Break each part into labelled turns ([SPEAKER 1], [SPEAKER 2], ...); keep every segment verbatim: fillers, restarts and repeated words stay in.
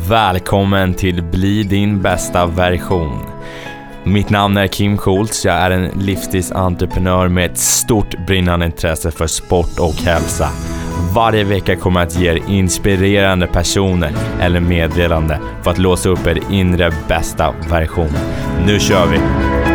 [SPEAKER 1] Välkommen till Bli din bästa version. Mitt namn är Kim Schultz. Jag är en livsstilsentreprenör med ett stort brinnande intresse för sport och hälsa. Varje vecka kommer jag att ge er inspirerande personer eller meddelande för att låsa upp er inre bästa version. Nu kör vi!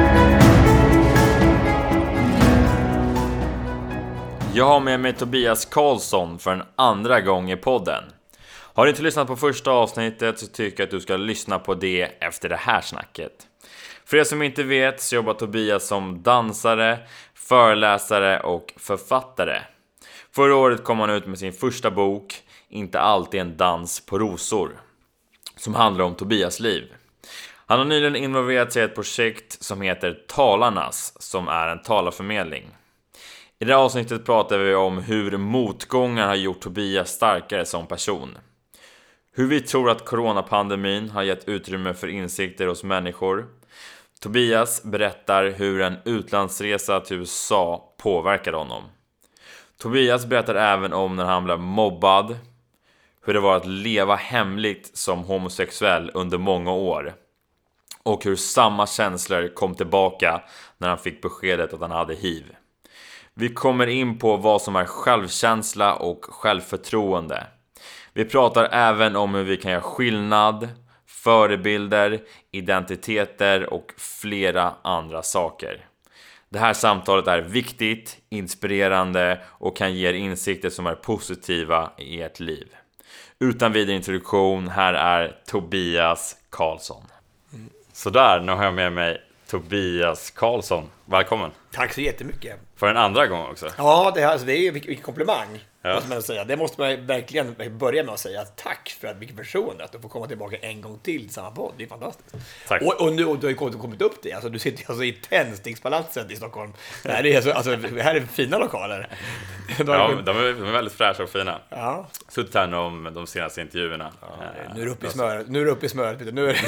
[SPEAKER 1] Jag har med mig Tobias Karlsson för en andra gång i podden. Har du inte lyssnat på första avsnittet så tycker jag att du ska lyssna på det efter det här snacket. För er som inte vet så jobbar Tobias som dansare, föreläsare och författare. Förra året kom han ut med sin första bok, Inte alltid en dans på rosor, som handlar om Tobias liv. Han har nyligen involverat sig i ett projekt som heter Talarnas, som är en talarförmedling. I det här avsnittet pratar vi om hur motgångar har gjort Tobias starkare som person. Hur vi tror att coronapandemin har gett utrymme för insikter hos människor. Tobias berättar hur en utlandsresa till U S A påverkade honom. Tobias berättar även om när han blev mobbad. Hur det var att leva hemligt som homosexuell under många år. Och hur samma känslor kom tillbaka när han fick beskedet att han hade H I V. Vi kommer in på vad som är självkänsla och självförtroende. Vi pratar även om hur vi kan göra skillnad, förebilder, identiteter och flera andra saker. Det här samtalet är viktigt, inspirerande och kan ge er insikter som är positiva i ert liv. Utan vidare introduktion, här är Tobias Karlsson. Så där, nu har jag med mig Tobias Karlsson. Välkommen.
[SPEAKER 2] Tack så jättemycket.
[SPEAKER 1] För en andra gång också.
[SPEAKER 2] Ja, det, här, alltså, det är ju vilken komplimang.
[SPEAKER 1] Ja.
[SPEAKER 2] Måste man säga. Det måste man verkligen börja med att säga. Tack för att vilken person att du får komma tillbaka en gång till i samma podd. Det är fantastiskt.
[SPEAKER 1] Tack.
[SPEAKER 2] Och, och nu och du har ju kommit upp det. Alltså, du sitter alltså i Tändstingspalatset i Stockholm. Det här är, alltså, alltså, det här är fina lokaler.
[SPEAKER 1] Ja, de är, de är väldigt fräscha och fina.
[SPEAKER 2] Ja.
[SPEAKER 1] Suttit här om de senaste intervjuerna.
[SPEAKER 2] Ja, nu är du uppe i smöret. Nu är du uppe i smöret. Nu, är det...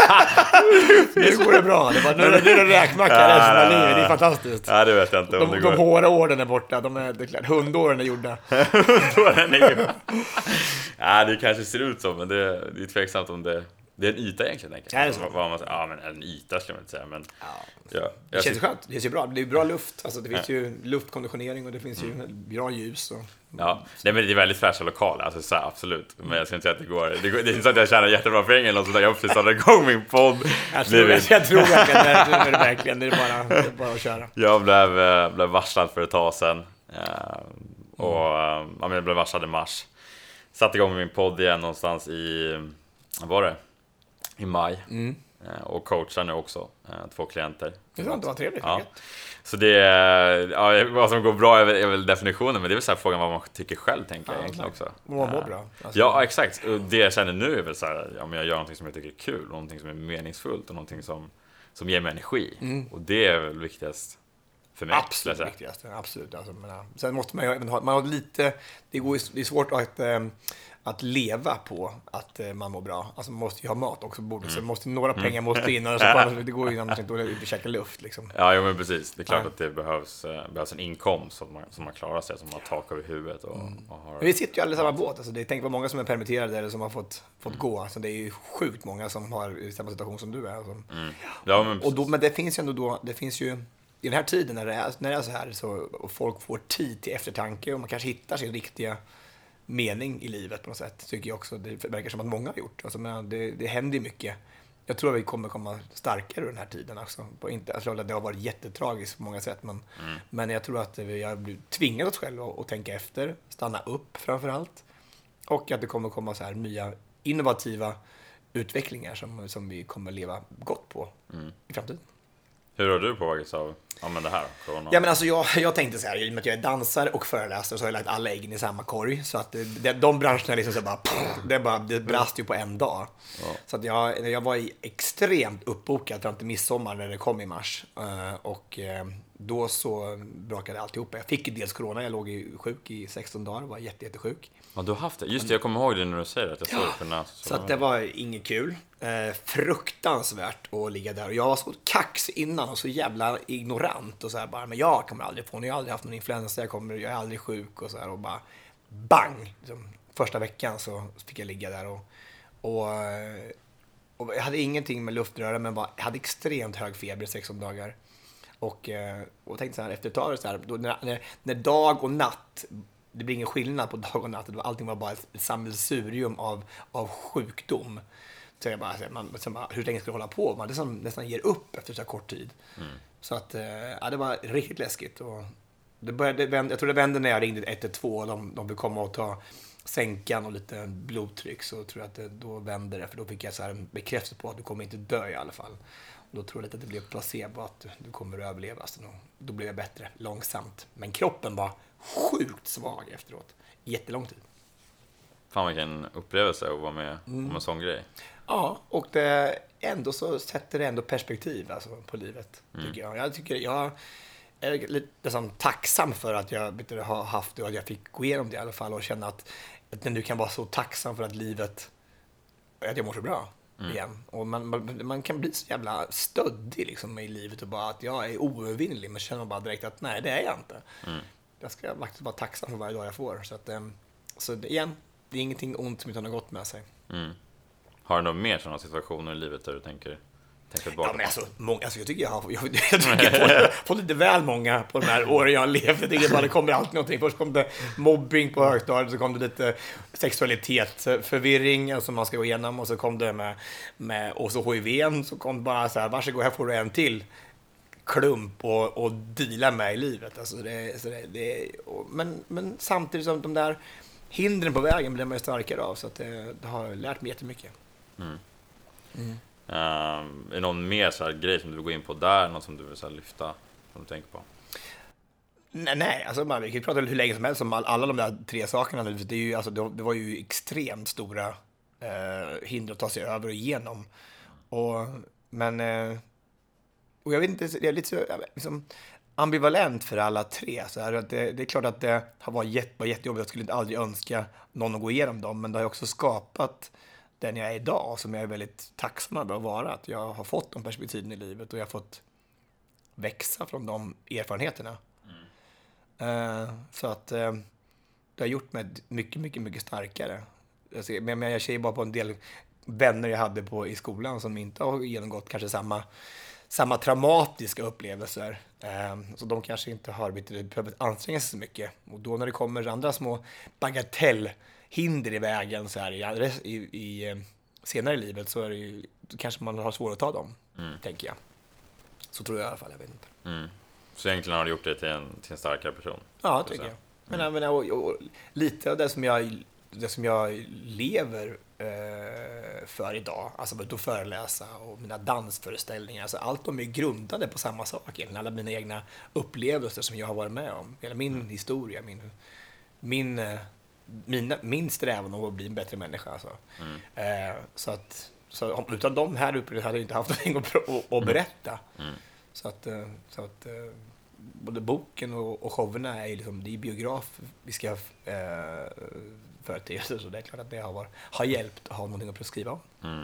[SPEAKER 2] nu går det bra. Det är bara, nu, är det, nu är det räkmacka ja, resten av livet. Det är fantastiskt.
[SPEAKER 1] Ja, det vet jag inte om
[SPEAKER 2] de,
[SPEAKER 1] det går.
[SPEAKER 2] De hårda åren är borta. De är, det är klart, hundåren är gjorda.
[SPEAKER 1] Hundåren är gjorda. Ja, det kanske ser ut så, men det, det är tveksamt om det... Det är en yta egentligen, tänker jag.
[SPEAKER 2] Ja,
[SPEAKER 1] vad man säger. Ja, men en yta skulle man inte säga. Men,
[SPEAKER 2] ja.
[SPEAKER 1] Ja,
[SPEAKER 2] det känns skönt. Det känns bra. Det är bra luft. Alltså, det finns ja. ju luftkonditionering och det finns ju mm. bra ljus. Och...
[SPEAKER 1] Ja, nej, men det är väldigt fräscha lokaler. Alltså, så här, absolut. Men jag ska inte säga att det går... Det, går, det är inte så att jag tjänar jättebra pengar eller något sånt där. Jag har precis satt igång min podd.
[SPEAKER 2] Jag tror, jag, jag tror verkligen det. Nu är det verkligen. Det är bara, det är bara att köra.
[SPEAKER 1] Jag blev, blev varslad för ett tag sedan. Ja, och mm. ja, jag blev varslad i mars. Satt igång min podd igen någonstans i... Vad var det? I maj. Mm. Och coachar nu också. Två klienter.
[SPEAKER 2] Det var inte trevligt.
[SPEAKER 1] Ja. Så det ja, vad som går bra är väl, är väl definitionen. Men det är väl så här frågan vad man tycker själv, tänker jag ja, egentligen också.
[SPEAKER 2] Vad mår bra. Alltså.
[SPEAKER 1] Ja, exakt. Och det jag känner nu är väl så här, ja, men jag gör någonting som jag tycker är kul. Någonting som är meningsfullt och någonting som, som ger mig energi. Mm. Och det är väl viktigast för mig.
[SPEAKER 2] Absolut viktigast. Absolut. Alltså, men, sen måste man ju ha, man har lite, det, går, det är svårt att... Ähm, att leva på att eh, man mår bra. Alltså man måste ju ha mat också på bordet. Mm. Så måste, några pengar måste in. Och så bara, det går ju annars inte att käka luft. Liksom.
[SPEAKER 1] Ja, jo, men precis. Det är klart ja. att det behövs, eh, behövs en inkomst som man, som man klarar sig. Som har tak över huvudet. Och, mm. och har...
[SPEAKER 2] Men vi sitter ju alla i samma båt. Alltså, det är, tänk på många som är permitterade eller som har fått, fått mm. gå. Alltså, det är ju sjukt många som har i samma situation som du är. Alltså. Mm. Ja, men, och då, men det finns ju ändå då, det finns ju i den här tiden när det är, när det är så här så, och folk får tid till eftertanke och man kanske hittar sin riktiga mening i livet på något sätt, tycker jag också. Det verkar som att många har gjort. Alltså, men det, det händer ju mycket. Jag tror att vi kommer komma starkare ur den här tiden också. På inte, jag tror att det har varit jättetragiskt på många sätt, men, mm. men jag tror att vi har blivit tvingade oss själva att, att tänka efter, stanna upp framförallt. Och att det kommer komma så här nya innovativa utvecklingar som, som vi kommer leva gott på mm. i framtiden.
[SPEAKER 1] Hur har du påverkats av ja, men det här? Corona?
[SPEAKER 2] Ja, men alltså jag, jag tänkte så här, i och med att jag är dansare och föreläsare så har jag lagt alla äggen i samma korg. Så att det, de branscherna liksom så bara, pff, det, bara, det brast ju på en dag. Ja. Så att jag, jag var i extremt uppbokad fram till midsommar när det kom i mars. Och då så brakade alltihop. Jag fick dels corona, jag låg i sjuk i sexton dagar och var jätte, jättesjuk.
[SPEAKER 1] Ja, du har haft det. Just det, jag kommer ihåg det när du säger att jag såg
[SPEAKER 2] ja,
[SPEAKER 1] det på näs.
[SPEAKER 2] Så att det var inget kul. Eh, fruktansvärt att ligga där. Och jag var så kax innan och så jävla ignorant. Och så här bara, men jag kommer aldrig få, jag har aldrig haft någon influensa, jag, kommer, jag är aldrig sjuk och så här. Och bara bang! Liksom, första veckan så fick jag ligga där och Och, och jag hade ingenting med luftröra, men bara, jag hade extremt hög feber i sexton dagar. Och, och tänkte så här, efter ett tag så här, då, när, när, när dag och natt, det blir ingen skillnad på dag och natt, allting var bara ett sammelsurium av, av sjukdom. Så jag bara, man, så bara, hur länge ska jag hålla på? Man liksom nästan ger upp efter så här kort tid. Mm. Så att, ja, det var riktigt läskigt. Och det började, jag tror det vände när jag ringde ett ett två och de, de fick komma och ta sänkan och lite blodtryck, så tror jag att det, då vände det. För då fick jag så här en bekräftelse på att du kommer inte dö i alla fall. Och då tror jag lite att det blev placebo, att du, du kommer att överleva. Så då, då blev jag bättre, långsamt. Men kroppen var sjukt svag efteråt. Jättelång tid.
[SPEAKER 1] Fan vilken upplevelse att vara med mm. om en sån grej.
[SPEAKER 2] Ja, och det, ändå så sätter det ändå perspektiv alltså, på livet, mm. tycker jag. Jag tycker jag är lite som tacksam för att jag vet, har haft det och att jag fick gå igenom det i alla fall och känna att, att jag nu kan vara så tacksam för att livet, att jag mår så bra mm. igen. Och man, man, man kan bli så jävla stöddig liksom, i livet och bara att jag är oövervinnelig, men känner bara direkt att nej, det är jag inte. Mm. Jag ska faktiskt vara tacksam för varje dag jag får. Så, att, så igen, det är ingenting ont som inte har gått med sig.
[SPEAKER 1] Mm. Har du några mer sådana situationer i livet där du tänker, tänker tillbaka?
[SPEAKER 2] Ja, men alltså, många, alltså, jag tycker jag har jag, jag tycker jag har fått lite väl många på de här åren jag har levt. Jag tycker bara det kommer alltid någonting. Först kom det mobbing på högstadiet, så kom det lite sexualitet, förvirring som alltså man ska gå igenom, och så kom det med, med och så H I V, så kom bara så här, varsågod, här får du en till klump och, och deala med i livet. Alltså det, så det, det, och, men, men samtidigt som de där hindren på vägen blir man ju starkare av, så att det, det har lärt mig jättemycket. Mm.
[SPEAKER 1] Mm. Uh, är det någon mer så här grej som du vill gå in på där? Något som du vill så här lyfta, som du tänker på?
[SPEAKER 2] Nej, nej alltså man, vi kan prata hur länge som helst om all, alla de där tre sakerna. Det, är ju, alltså, det, det var ju extremt stora uh, hinder att ta sig över och igenom. Och, men uh, och jag vet inte, det är lite så liksom, ambivalent för alla tre. Så här, att det, det är klart att det har varit jätte, var jättejobbigt. Jag skulle inte aldrig önska någon att gå igenom dem, men det har också skapat den jag är idag, som jag är väldigt tacksam över att vara. Att jag har fått de perspektiven i livet och jag har fått växa från de erfarenheterna. Mm. Uh, så att uh, det har gjort mig mycket, mycket, mycket starkare. Alltså, men jag ser bara på en del vänner jag hade på, i skolan som inte har genomgått kanske samma, samma traumatiska upplevelser. Uh, så de kanske inte har behövt anstränga sig så mycket. Och då när det kommer andra små bagatell hinder i vägen så här, i, i, i senare i livet, så är det ju, kanske man har svårt att ta dem, mm. tänker jag. Så tror jag i alla fall, jag vet inte.
[SPEAKER 1] Mm. Så egentligen har du gjort det till en, till en starkare person?
[SPEAKER 2] Ja, tycker jag. Men, mm. men och, och, och, lite av det som jag, det som jag lever eh, för idag, alltså att föreläsa och mina dansföreställningar, alltså allt de är grundade på samma sak egentligen. Alla mina egna upplevelser som jag har varit med om, hela min mm. historia, min, min Mina, min strävan att bli en bättre människa. Alltså. Mm. Eh, så att, så, utan de här upplevelserna hade jag inte haft någonting att, att, att berätta. Mm. Så att, så att både boken och, och showerna är liksom, det är biograf vi ska eh, företeelser, så det är klart att det har, varit, har hjälpt att ha någonting att skriva om. Mm.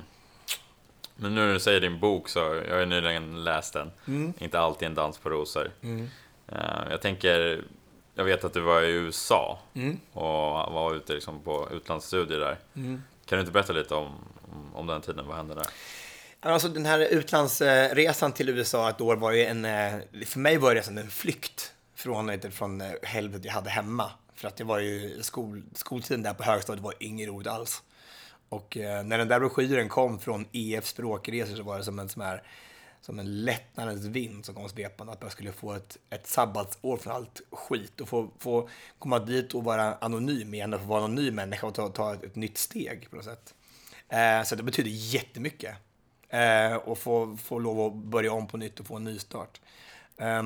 [SPEAKER 1] Men nu när du säger din bok, så jag har nyligen läst den. Mm. Inte alltid en dans på rosor. Mm. Uh, jag tänker... Jag vet att du var i U S A mm. och var ute liksom på utlandsstudier där. Mm. Kan du inte berätta lite om, om den tiden? Vad hände där?
[SPEAKER 2] Alltså den här utlandsresan till U S A ett år var ju en... För mig var det som en flykt från, från helvetet jag hade hemma. För att det var ju skol, skoltiden där på högstadiet var ingen roligt alls. Och när den där broschyren kom från E F språkresor, så var det som en sån här... som en lättnadens vind som kom svepande, att man skulle få ett, ett sabbatsår från allt skit och få, få komma dit och vara anonym igen och få vara en ny människa och ta, ta ett, ett nytt steg på något sätt. Eh, så det betyder jättemycket. Eh, och få, få lov att börja om på nytt och få en ny start. Eh,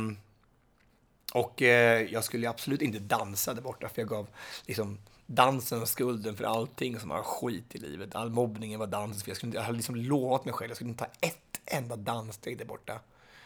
[SPEAKER 2] och eh, jag skulle absolut inte dansa där borta, för jag gav liksom dansen och skulden för allting som var skit i livet. All mobbningen var dansens fel. Jag, skulle inte, jag hade liksom lovat mig själv, jag skulle inte ta ett enda danssteg där borta.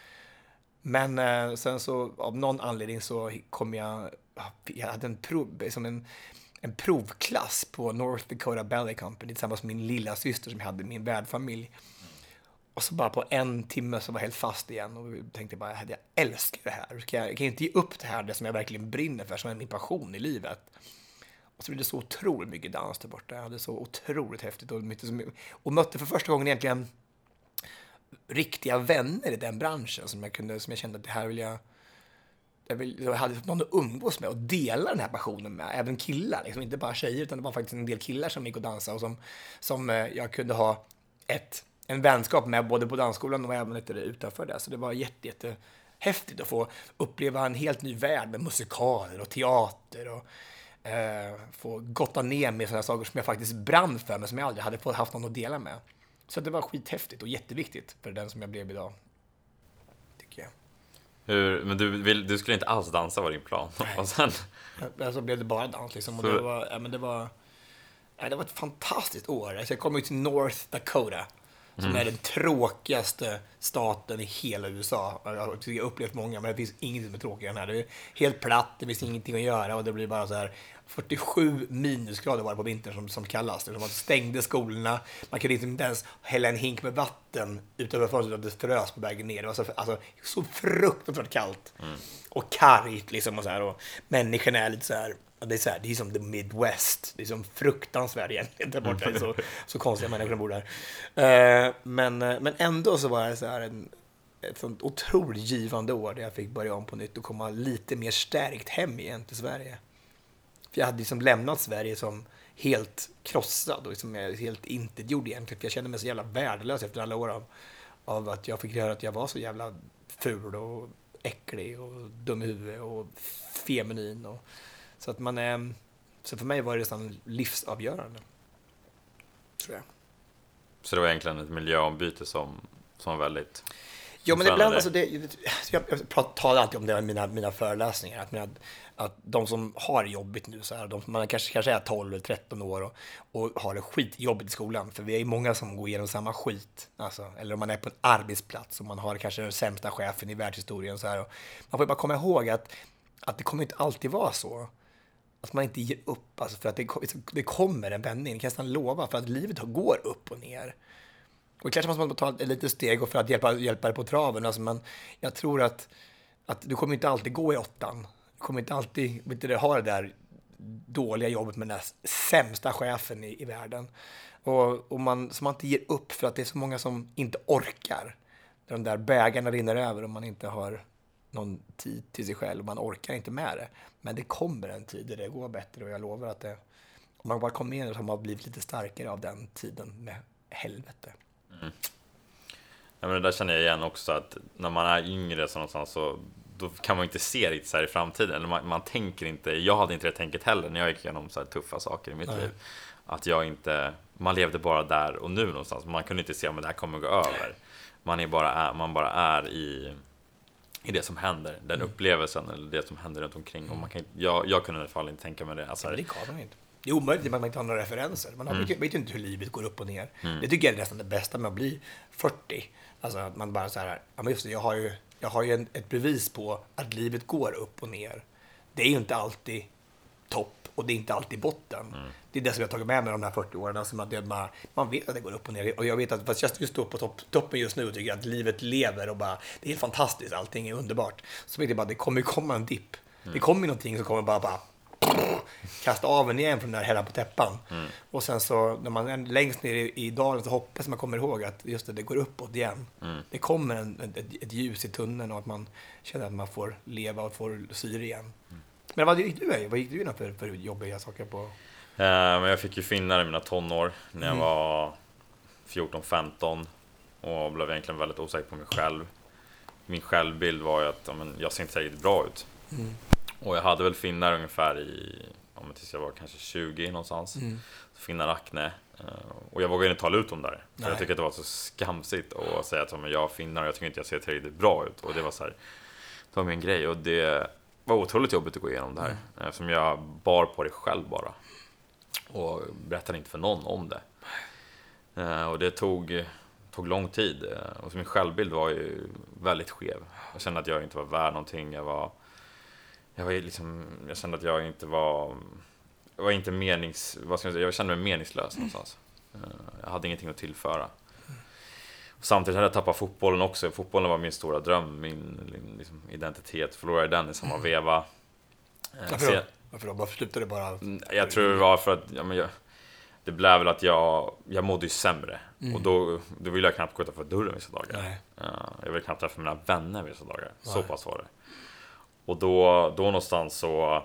[SPEAKER 2] Men eh, sen så av någon anledning så kom jag, jag hade en, prov, som en, en provklass på North Dakota Ballet Company tillsammans med min lilla syster som jag hade, min värdfamilj. Och så bara på en timme så var jag helt fast igen och tänkte bara, jag älskar det här. Jag kan, jag kan inte ge upp det här, det som jag verkligen brinner för, som är min passion i livet. Och så blev det så otroligt mycket dans där borta. Jag hade så otroligt häftigt. Och, och mötte för första gången egentligen riktiga vänner i den branschen som jag, kunde, som jag kände att det här vill jag... Jag, vill, jag hade någon att umgås med och dela den här passionen med. Även killar, liksom, inte bara tjejer utan det var faktiskt en del killar som gick och dansade och som, som jag kunde ha ett, en vänskap med både på dansskolan och även lite utanför det. Så det var jätte, jätte häftigt att få uppleva en helt ny värld med musikaler och teater och eh, få gotta ner med sådana saker som jag faktiskt brann för men som jag aldrig hade fått haft någon att dela med. Så det var skithäftigt och jätteviktigt för den som jag blev idag, tycker jag.
[SPEAKER 1] Hur, men du, vill, du skulle inte alls dansa, var din plan? Och sen...
[SPEAKER 2] Ja, så blev det bara dans liksom. Och det var, ja, men det var, ja, det var ett fantastiskt år. Alltså, jag kom ut till North Dakota, som mm. är den tråkigaste staten i hela U S A. Jag har upplevt många, men det finns ingenting som är tråkigare än här. Det är helt platt, det finns ingenting att göra och det blir bara så här fyrtiosju minusgrader var det på vintern som, som kallas. Man stängde skolorna, man kunde inte ens hälla en hink med vatten utöver fönstret att det frös på vägen ner. Det var så, alltså, så fruktansvärt kallt mm. och kargt liksom och så här. Och människorna är lite så här, det är så här, det är som the Midwest. Det är som fruktansvärt egentligen där borta. Så, så konstiga människor som bor där. Uh, men, men ändå så var det så här en, ett sånt otroligt givande år där jag fick börja om på nytt och komma lite mer stärkt hem igen till Sverige. För jag hade liksom lämnat Sverige som helt krossad och liksom helt intetgjord egentligen. För jag kände mig så jävla värdelös efter alla år av, av att jag fick höra att jag var så jävla ful och äcklig och dum i huvudet och feminin. Och, så att man är, så för mig var det nästan livsavgörande, tror jag.
[SPEAKER 1] Så det var egentligen ett miljöombyte som, som var väldigt...
[SPEAKER 2] Ja, men ibland, alltså det, jag, jag talar alltid om det i mina, mina föreläsningar, att, mina, att de som har jobbigt nu, så här, de, man kanske, kanske är tolv eller tretton år och, och har det skitjobbigt i skolan, för vi är ju många som går igenom samma skit, alltså, eller om man är på en arbetsplats och man har kanske den sämsta chefen i världshistorien, så här, och man får bara komma ihåg att, att det kommer inte alltid vara så. Att man inte ger upp, alltså, för att det, det kommer en vändning, det kan jag nästan lova, för att livet går upp och ner. Och kanske måste man ta ett litet steg för att hjälpa, hjälpa dig på traven. Alltså, men jag tror att, att du kommer inte alltid gå i åttan. Du kommer inte alltid inte ha det där dåliga jobbet med den där sämsta chefen i, i världen. Och, och man, så man inte ger upp för att det är så många som inte orkar. De där bägarna rinner över och man inte har någon tid till sig själv. Man orkar inte med det. Men det kommer en tid där det går bättre och jag lovar att det, om man bara kommer in så har man blivit lite starkare av den tiden med helvete.
[SPEAKER 1] Mm. Ja, men det där känner jag igen också, att när man är yngre så någonstans, så då kan man inte se riktigt så här i framtiden, eller man, man tänker inte, jag hade inte det tänket heller när jag gick igenom så här tuffa saker i mitt Nej. liv, att jag inte, man levde bara där och nu någonstans, man kunde inte se om det här kommer gå över, man är bara är, man bara är i i det som händer, den mm. upplevelsen eller det som händer runt omkring mm. och man kan, jag, jag kunde i alla fall inte tänka mig det, alltså,
[SPEAKER 2] det kan man inte. Det är omöjligt att man inte har några referenser. Man har, mm. vet ju inte hur livet går upp och ner. Mm. Det tycker jag är nästan det bästa med att bli fyrtio. Alltså att man bara så här, ja men just det, jag har ju, jag har ju en, ett bevis på att livet går upp och ner. Det är ju inte alltid topp och det är inte alltid botten. Mm. Det är det som jag har tagit med mig de här fyrtio åren. Alltså att det, man, man vet att det går upp och ner. Och jag vet att fast jag står på topp, toppen just nu och tycker att livet lever och bara, det är helt fantastiskt, allting är underbart. Så vet jag bara, det kommer komma en dipp. Mm. Det kommer någonting som kommer bara, bara kasta av en igen från den där hela på täppan. Mm. Och sen så när man är längst ner i, i dalen så hoppas man kommer ihåg att just det, det går uppåt igen. Mm. Det kommer en, ett, ett ljus i tunneln och att man känner att man får leva och får syre igen. Mm. Men vad gick du Vad gick du in för, för jobbiga saker på?
[SPEAKER 1] Uh, men jag fick ju finnar i mina tonår när jag mm. var fjorton femton och blev egentligen väldigt osäker på mig själv. Min självbild var ju att ja, men, jag ser inte riktigt bra ut. Mm. Och jag hade väl finnar ungefär i, om jag tills jag var kanske tjugo någonstans. Mm. Finnar akne. Och jag vågade inte tala ut om det där. För jag tycker att det var så skamsigt att säga att jag har finnar och jag tycker inte jag ser tillräckligt bra ut. Och det var så här, det var min grej. Och det var otroligt jobbigt att gå igenom det här. Mm. Eftersom jag bar på det själv bara. Och berättade inte för någon om det. Och det tog, tog lång tid. Och min självbild var ju väldigt skev. Jag kände att jag inte var värd någonting. Jag var... Jag var liksom, jag kände att jag inte var, jag var inte menings, vad ska jag säga, jag kände mig meningslös någonstans. Jag hade ingenting att tillföra. Och samtidigt hade jag tappat fotbollen också. Fotbollen var min stora dröm, min liksom, identitet. Förlorade den i samma veva.
[SPEAKER 2] Varför då? Varför då? Varför slutade det bara?
[SPEAKER 1] Jag tror det var för att ja, men jag, det blev väl att jag jag mådde ju sämre mm. och då då ville jag knappt gå utanför dörren vissa dagar. Nej. Jag ville knappt träffa mina vänner vissa dagar. Nej. Så pass var det. Och då då någonstans så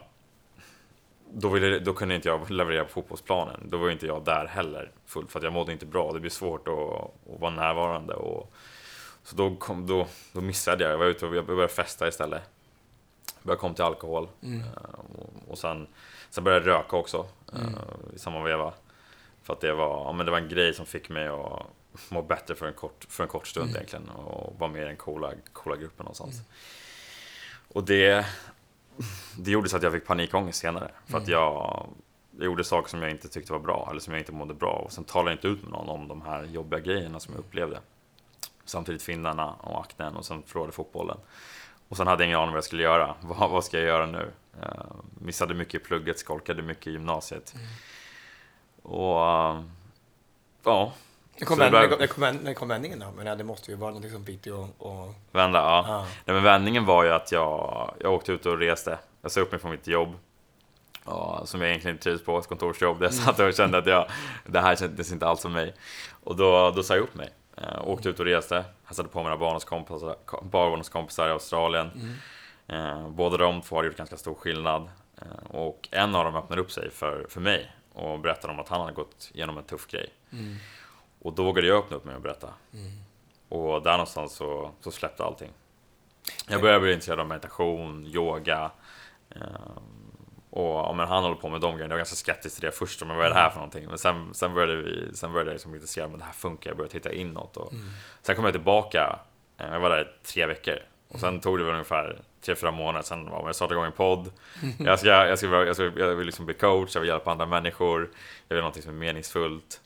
[SPEAKER 1] då ville då kunde inte jag leverera på fotbollsplanen. Då var inte jag där heller fullt för att jag mådde inte bra. Det blir svårt att, att vara närvarande och så då kom då då missade jag. Jag var ute och jag började festa istället. Jag kom till alkohol mm. och, och sen sen började jag röka också mm. uh, i samma veva. För att det var ja, men det var en grej som fick mig att må bättre för en kort för en kort stund mm. egentligen och vara med i den coola coola gruppen någonstans. Mm. Och det det gjorde så att jag fick panikångest senare för mm. att jag, jag gjorde saker som jag inte tyckte var bra eller som jag inte mådde bra och sen talade jag inte ut med någon om de här jobbiga grejerna som jag upplevde. Samtidigt finnarna och aknen och sen förlorade fotbollen. Och sen hade jag ingen aning vad jag skulle göra. Vad, vad ska jag göra nu? Uh, missade mycket i plugget, skolkade mycket i gymnasiet. Mm. Och uh, ja.
[SPEAKER 2] Det kom, vänd, blev... det, kom, det kom vändningen då, men det måste ju vara något som fick dig att... Och...
[SPEAKER 1] Vända, ja. Ah. Nej, men vändningen var ju att jag, jag åkte ut och reste. Jag sa upp mig från mitt jobb. Och, som jag egentligen inte trivs på, ett kontorsjobb. Där jag satt och kände att jag, det här kändes inte alls som mig. Och då, då sa jag upp mig. Uh, åkte ut och reste. Hälsade på mina barnens kompisar, barnens kompisar i Australien. Mm. Uh, båda de två har gjort ganska stor skillnad. Uh, och en av dem öppnade upp sig för, för mig. Och berättade om att han hade gått igenom en tuff grej. Mm. Och då vågade jag öppna upp mig och berätta. Mm. Och där någonstans så, så släppte allting. Jag började bli intresserad av meditation, yoga. Uh, och ja, men han håller på med de grejerna. Jag var ganska skeptisk till det först. Men vad är det här för någonting? Men sen, sen började, vi, sen började jag liksom intressera men det här funkar. Jag började titta inåt. Och mm. Sen kom jag tillbaka. Jag var där i tre veckor. Och sen tog det väl ungefär tre, fyra månader. Sen var jag startade igång en podd. Jag, ska, jag, ska, jag, ska, jag vill liksom bli coach. Jag vill hjälpa andra människor. Jag vill någonting som är meningsfullt.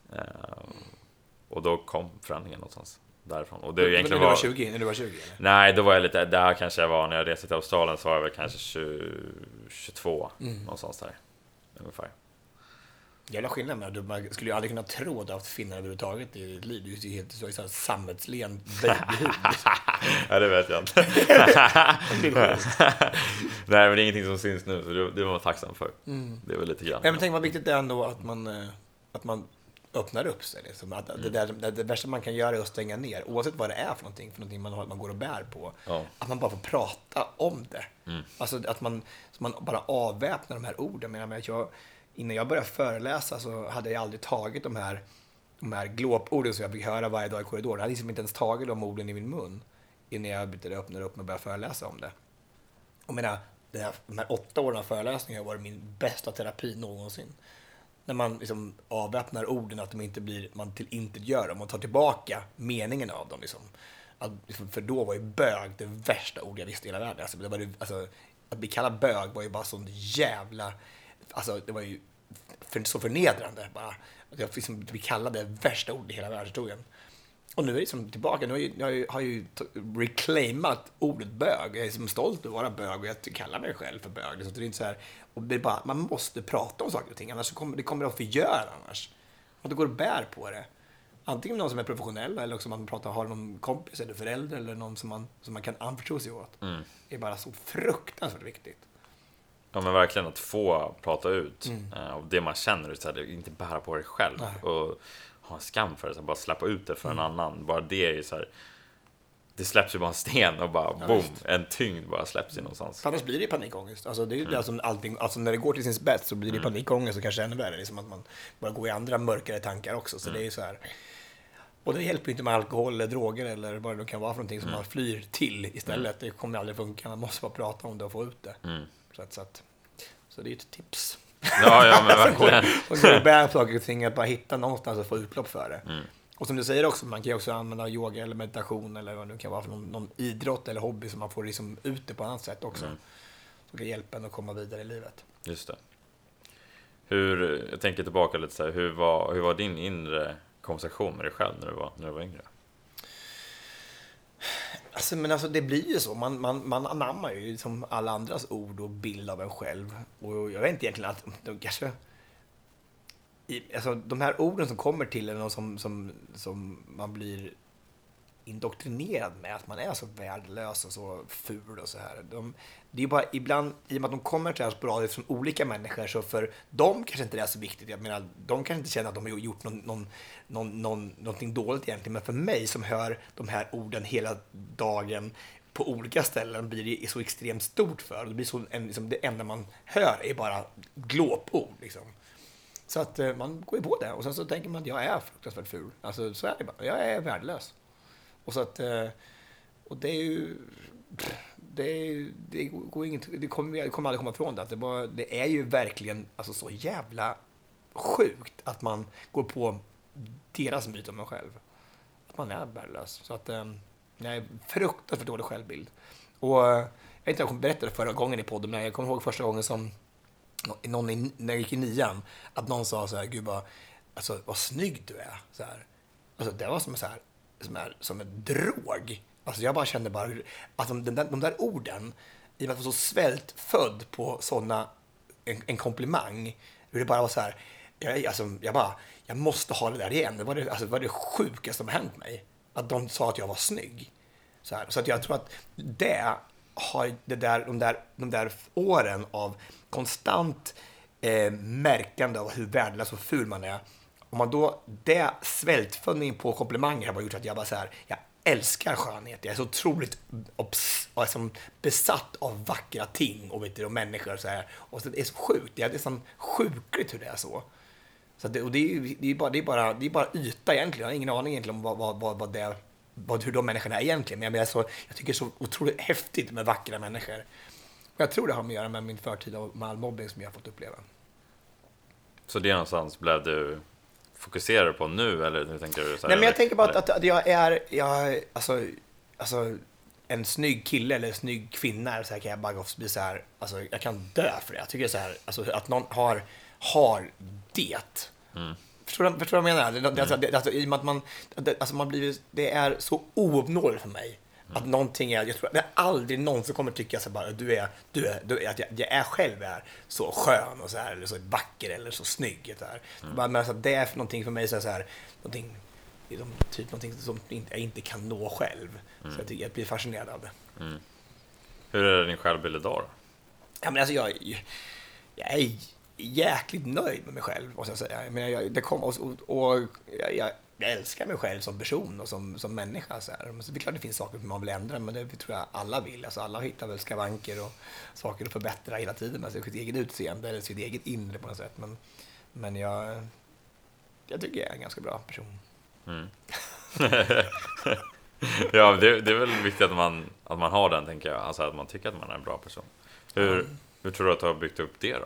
[SPEAKER 1] Och då kom förändringen någonstans därifrån. Och det
[SPEAKER 2] men egentligen när du var tjugo? När du var tjugo eller?
[SPEAKER 1] Nej, då var jag lite... Där kanske jag var när jag reste till Australien. Så var jag väl kanske tjugo, tjugotvå. Mm. Någonstans där. Ungefär.
[SPEAKER 2] Jävla skillnad med du man skulle ju aldrig kunna tro att du haft finnar överhuvudtaget i ditt liv. Du är ju helt så här sammetslen babyhud.
[SPEAKER 1] Ja, det vet jag inte. Nej, men det är ingenting som syns nu. Så det, det var man tacksam för. Mm. Det var lite grann.
[SPEAKER 2] Ja, men tänk vad viktigt det är ändå att man, att man öppnar upp sig. Liksom. Att mm. det, där, det, det värsta man kan göra är att stänga ner. Oavsett vad det är för någonting, för någonting man, har, man går och bär på. Ja. Att man bara får prata om det. Mm. Alltså att man, så man bara avväpnar de här orden. Men jag, jag, innan jag började föreläsa så hade jag aldrig tagit de här, de här glåporden som jag fick höra varje dag i korridoren. Jag hade liksom inte ens tagit de orden i min mun innan jag öppnade upp och började föreläsa om det. Och menar, det här, de här åtta åren av föreläsningar har varit min bästa terapi någonsin. När man liksom avväpnar orden, att de inte blir, man till inte gör dem och tar tillbaka meningen av dem. Liksom. Att, för då var ju bög det värsta ord jag visste i hela världen. Alltså, det var, alltså, att bli kallad bög var ju bara sån jävla... Alltså, det var ju för, så förnedrande. Bara. Att jag liksom bli kallad det värsta ordet i hela världshistorien. Och nu är jag liksom tillbaka. Nu har jag, jag har ju reclaimat ordet bög. Jag är liksom stolt över att vara bög och jag kallar mig själv för bög. Så det är inte så här, och det är bara, man måste prata om saker och ting. Annars så kommer det kommer att förgöra annars. Och det går och bär på det. Antingen någon som är professionell eller också man pratar, har någon kompis eller förälder eller någon som man, som man kan anförtro sig åt. Mm. Det är bara så fruktansvärt viktigt.
[SPEAKER 1] Ja, men verkligen att få prata ut mm. och det man känner, så här, inte bära på det själv. Nej. Och ha en skam för det, så bara släppa ut det för mm. en annan. Bara det är ju så här, det släpps ju bara en sten och bara ja, boom, just. En tyngd bara släpps in någonstans.
[SPEAKER 2] Annars blir det panikångest. Alltså, det är mm. alltså, allting, alltså när det går till sin spets så blir det mm. panikångest och kanske ännu värre. Det är som att man bara går i andra mörkare tankar också. Så mm. det är ju så här. Och det hjälper ju inte med alkohol eller droger eller vad det kan vara för någonting som mm. man flyr till istället. Mm. Det kommer aldrig funka. Man måste bara prata om det och få ut det. Mm. Så, att, så, att, så det är ett tips.
[SPEAKER 1] Ja, ja, men verkligen.
[SPEAKER 2] Och gå bär på saker och ting, att bara hitta någonstans att få utlopp för det. Mm. Och som du säger också, man kan ju också använda yoga eller meditation eller vad det kan vara för någon, någon idrott eller hobby som man får liksom ut det på annat sätt också. Mm. Som kan hjälpa en att komma vidare i livet.
[SPEAKER 1] Just det. Hur, jag tänker tillbaka lite så här, hur var, hur var din inre konversation med dig själv när du var, när du var yngre?
[SPEAKER 2] Alltså, men alltså det blir ju så. Man, man, man anammar ju som alla andras ord och bild av en själv. Och jag vet inte egentligen att de kanske... I, alltså, de här orden som kommer till en och som, som, som man blir indoktrinerad med att man är så värdelös och så ful och så här. De, det är bara ibland, i och med att de kommer till oss bra från olika människor, så för dem kanske inte det är så viktigt. Jag menar, de kanske inte känner att de har gjort någon, någon, någon, någon, någonting dåligt egentligen, men för mig som hör de här orden hela dagen på olika ställen blir det så extremt stort för. Det blir så, en, liksom, det enda man hör är bara glåpord liksom. Så att eh, man går ju på det, och sen så tänker man att jag är fruktansvärt ful. Alltså så är det bara. Jag är värdelös. Och så att eh, och det är ju det, är, det går inget, det kommer jag kommer aldrig komma ifrån det. Att det, bara, det är ju verkligen alltså så jävla sjukt att man går på deras myt om mig själv. Att man är värdelös. Så att eh, jag är fruktansvärt dålig självbild. Och jag vet inte, jag berättade förra gången i podden, men jag kommer ihåg första gången som någon i, när jag gick i nian, att någon sa så här, gud vad, alltså, vad snygg du är. Så här. Alltså, det var som, så här, som, är, som en drog. Alltså, jag bara kände bara att de, de, där, de där orden, i och med att jag var så svältfödd på såna, en, en komplimang, hur det bara var så här, jag, alltså, jag bara, jag måste ha det där igen. Det var det, alltså, det, var det sjukaste som hänt mig. Att de sa att jag var snygg. Så, här. Så att jag tror att det har det där, de, där, de där åren av konstant eh, märkande av hur värdelös och ful man är. Om man då, det svältfödning på komplimanger har bara gjort att jag bara så här, jag älskar skönhet. Jag är så otroligt obs, alltså, besatt av vackra ting och, vet du, och människor och så här. Och så, det är så sjukt. Det är liksom sjukligt hur det är så. Så det, och det är ju det är bara, det är bara, det är bara yta egentligen. Jag har ingen aning egentligen om vad, vad, vad, vad det, vad, hur de människorna är egentligen. Men jag, så, jag tycker det är så otroligt häftigt med vackra människor. Jag tror det har med att göra med min förtida och med all mobbing som jag har fått uppleva.
[SPEAKER 1] Så det någonstans blev du fokuserad på nu, eller hur tänker du? Så här,
[SPEAKER 2] Nej, men jag tänker bara att, att jag är, jag, alltså, alltså, en snygg kille eller en snygg kvinna, så här kan jag bara bli så här, alltså, jag kan dö för det. Jag tycker det är så här, alltså, att någon har, har det. Mm. Förstår du, förstår du vad jag menar? Det, mm. alltså, det, alltså, i och med att man, det, alltså, man blir, det är så ouppnåeligt för mig. Att någonting är, jag tror att det är aldrig någon som kommer tycka så bara, du är, du är, du är att jag, jag är själv är så skön och så här, eller så vacker eller så snygg så här. Mm. Men alltså, det är för någonting för mig så här, någonting, typ någonting som jag inte kan nå själv. Mm. Så jag, jag blir fascinerad av det.
[SPEAKER 1] Mm. Hur är din självbild idag då?
[SPEAKER 2] Ja, men alltså jag, jag är jäkligt nöjd med mig själv, måste jag säga. Jag menar, jag, det kom, och, och, och jag, jag Jag älskar mig själv som person och som, som människa. Så här. Men så det är klart det finns saker som man vill ändra, men det tror jag alla vill. Alltså alla hittar väl skavanker och saker att förbättra hela tiden med sitt eget utseende eller sitt eget inre på något sätt. Men, men jag, jag tycker jag är en ganska bra person.
[SPEAKER 1] Mm. Ja, det, det är väl viktigt att man, att man har den, tänker jag. Alltså att man tycker att man är en bra person. Hur, mm. hur tror du att du har byggt upp det då?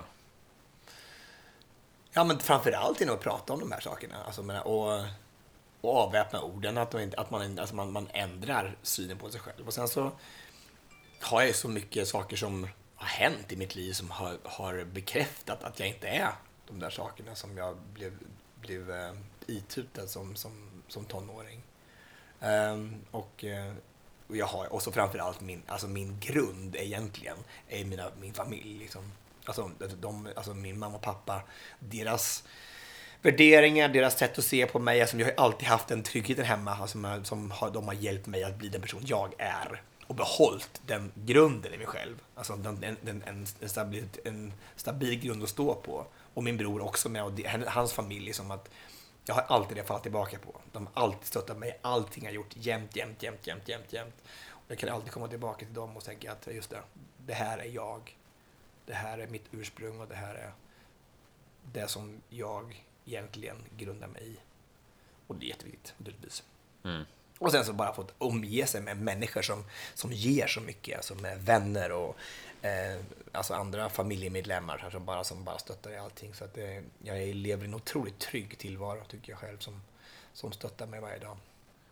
[SPEAKER 2] Ja, men framförallt är det att prata om de här sakerna. Alltså, och... och avväpna orden, att, inte, att man, alltså man, man ändrar synen på sig själv. Och sen så har jag så mycket saker som har hänt i mitt liv som har, har bekräftat att jag inte är de där sakerna som jag blev, blev uh, itutad som, som, som tonåring. Um, och, uh, och, jag har, och så framförallt min, alltså min grund egentligen är mina, min familj. Liksom. Alltså, de, alltså min mamma och pappa, deras värderingar, deras sätt att se på mig. Alltså, jag har alltid haft en trygghet hemma alltså, som har, de har hjälpt mig att bli den person jag är. Och behållit den grunden i mig själv. Alltså en, en, en, en, stabil, en stabil grund att stå på. Och min bror också med, och hans familj. Liksom att jag har alltid det fallit tillbaka på. De har alltid stöttat mig. Allting jag har gjort jämt, jämt, jämt, jämt, jämt, jämt. Och jag kan alltid komma tillbaka till dem och tänka att just det, det här är jag. Det här är mitt ursprung och det här är det som jag egentligen grundar mig i. Och det är jätteviktigt, naturligtvis. Mm. Och sen så bara fått omge sig med människor som, som ger så mycket, alltså med vänner och eh, alltså andra familjemedlemmar som bara, som bara stöttar i allting. Så att det, jag lever i en otroligt trygg tillvaro, tycker jag själv, som, som stöttar mig varje dag.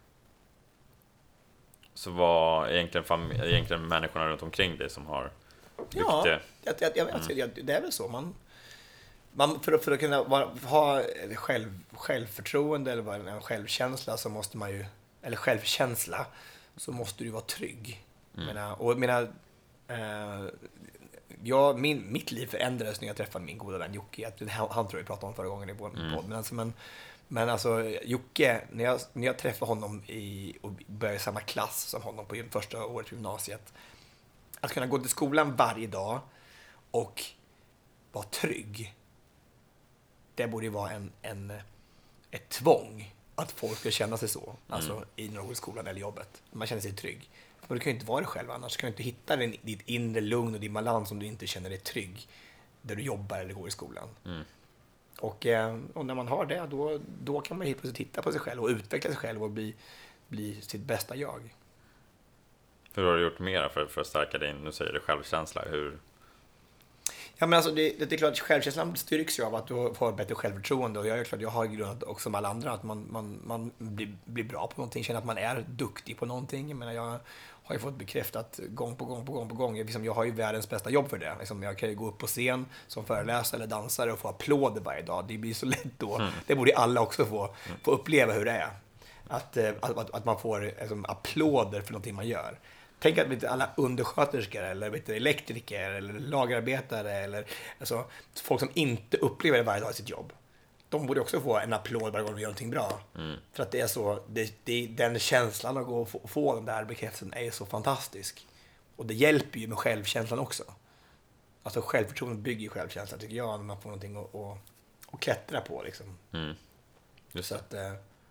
[SPEAKER 1] Så vad egentligen, fam- egentligen människorna runt omkring dig som har byggt
[SPEAKER 2] ja,
[SPEAKER 1] det?
[SPEAKER 2] Jag, jag, jag, mm. jag, det är väl så. Man, man, för, för att kunna vara, ha själv, självförtroende eller en självkänsla så måste man ju, eller självkänsla, så måste du vara trygg. Mm. Menar, och mina, eh, jag, min, mitt liv förändrades när jag träffade min goda vän Jocke. Han, han tror jag pratade om förra gången i vår mm. podd. Men alltså, men, men alltså Jocke, när jag, när jag träffade honom i, och började i samma klass som honom på första året på gymnasiet. Att kunna gå till skolan varje dag och vara trygg. Det borde ju vara en, en, ett tvång att folk ska känna sig så. Alltså mm. i någon skolan eller jobbet. Man känner sig trygg. Men du kan ju inte vara det själv annars. Du kan ju inte hitta din, ditt inre lugn och din balans om du inte känner dig trygg där du jobbar eller går i skolan. Mm. Och, och när man har det, då, då kan man helt plötsligt titta på sig själv och utveckla sig själv och bli, bli sitt bästa jag.
[SPEAKER 1] Hur har du gjort mer för, för att stärka din, nu säger du självkänsla, hur?
[SPEAKER 2] Ja, men alltså det, det är klart att självkänslan styrks ju av att du får bättre självförtroende, och jag är klart, jag har grundat också som alla andra att man, man, man blir, blir bra på någonting, känner att man är duktig på någonting. Jag menar, jag har ju fått bekräftat gång på gång på gång på gång. Jag, liksom, jag har ju världens bästa jobb för det. Liksom, jag kan ju gå upp på scen som föreläsare eller dansare och få applåder varje dag. Det blir så lätt då. Mm. Det borde alla också få, få uppleva hur det är. Att, att, att, att man får liksom, applåder för någonting man gör. Tänk att vet, alla undersköterskor eller vet, elektriker eller lagerarbetare eller alltså, folk som inte upplever det varje dag i sitt jobb. De borde också få en applåd varje gång de gör någonting bra. Mm. För att det är så, det, det, den känslan att gå och få, få den där bekräftelsen är så fantastisk. Och det hjälper ju med självkänslan också. Alltså självförtroende bygger ju självkänslan, tycker jag, när man får någonting att, att, att klättra på liksom. Mm. Just så att,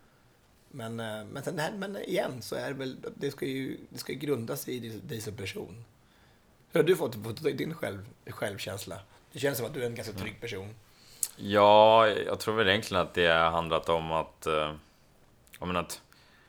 [SPEAKER 2] men, men, sen, men igen så är det väl, det ska ju, det ska ju grundas i dig som person. Hur har du fått, fått din själv, självkänsla? Det känns som att du är en ganska trygg person.
[SPEAKER 1] Ja, jag tror väl egentligen att det har handlat om att, eh, om att,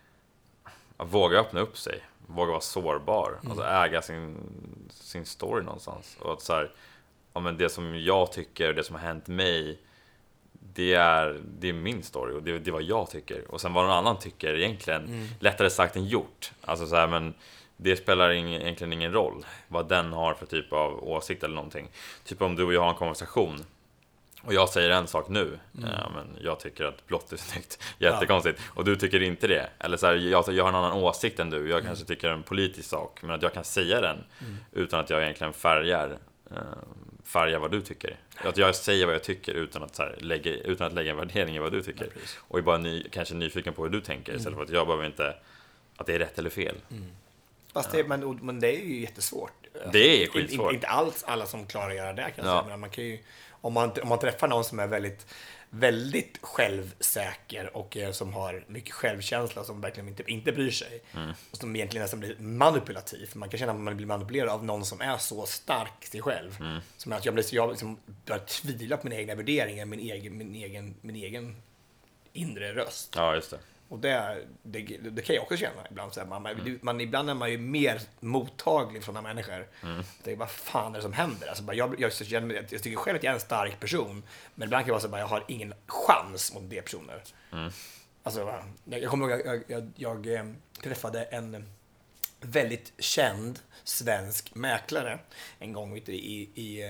[SPEAKER 1] att våga öppna upp sig, våga vara sårbar, mm. alltså äga sin, sin story någonstans. Och att så här, ja, men det som jag tycker, det som har hänt mig, det är, det är min story och det, det är vad jag tycker. Och sen vad någon annan tycker egentligen, mm. lättare sagt än gjort. Alltså så här, men det spelar ing, egentligen ingen roll vad den har för typ av åsikt eller någonting. Typ om du och jag har en konversation och jag säger en sak nu, mm. ja, men jag tycker att blått är snyggt, jättekonstigt, ja. Och du tycker inte det. Eller så här, jag, jag har en annan åsikt än du, jag mm. kanske tycker en politisk sak, men att jag kan säga den mm. utan att jag egentligen färgar eh, färgar vad du tycker. Att jag säger vad jag tycker utan att, så här, lägga, utan att lägga en värdering i vad du tycker. Ja, och är bara ny, kanske nyfiken på hur du tänker, mm. istället för att jag behöver inte att det är rätt eller fel. Mm.
[SPEAKER 2] Fast det, men, men det är ju jättesvårt.
[SPEAKER 1] Det är skitsvårt.
[SPEAKER 2] Inte, inte alls alla som klarar att göra det, kan jag ja. säga. Men man kan ju, om, man, om man träffar någon som är väldigt, väldigt självsäker och eh, som har mycket självkänsla, som verkligen inte, inte bryr sig, mm. och som egentligen nästan blir manipulativ. Man kan känna att man blir manipulerad av någon som är så stark sig själv. Mm. Som att jag, blir, jag liksom börjar tvivla på mina egna värderingar, min egen, min egen, min egen inre röst.
[SPEAKER 1] Ja, just det.
[SPEAKER 2] Och det, det, det kan jag också känna ibland. Så här, man, mm. man, ibland är man ju mer mottaglig från sådana människor. Mm. Det är vad fan är det som händer? Alltså, bara, jag, jag, jag, jag tycker själv att jag är en stark person. Men ibland kan det vara så att jag har ingen chans mot de personer. Mm. Alltså, jag, jag kommer ihåg att jag, jag, jag träffade en väldigt känd svensk mäklare en gång ute i, i,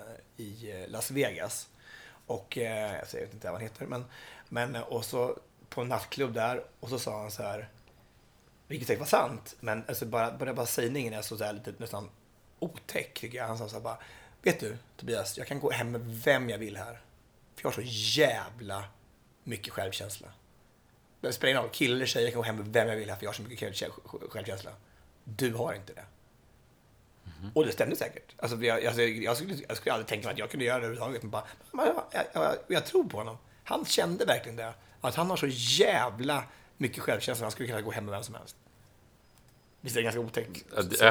[SPEAKER 2] i Las Vegas. Och jag vet inte vad han heter. Men, men, och så på en nattklubb där, och så sa han så här, vilket säkert var sant, men alltså bara, bara, bara sägningen är så, så här lite nästan otäck, tycker jag. Han sa så här bara, vet du Tobias, jag kan gå hem med vem jag vill här, för jag har så jävla mycket självkänsla. Det spelar ingen roll, kille eller tjej, jag kan gå hem med vem jag vill här, för jag har så mycket självkänsla. Du har inte det. Mm-hmm. Och det stämde säkert. Alltså, jag, jag, jag, skulle, jag skulle aldrig tänka mig att jag kunde göra det överhuvudtaget, men bara, jag, jag, jag, jag tror på honom. Han kände verkligen det. Att han har så jävla mycket självkänsla, han skulle kunna gå hem med vem som helst. Visst är det ganska otäckt?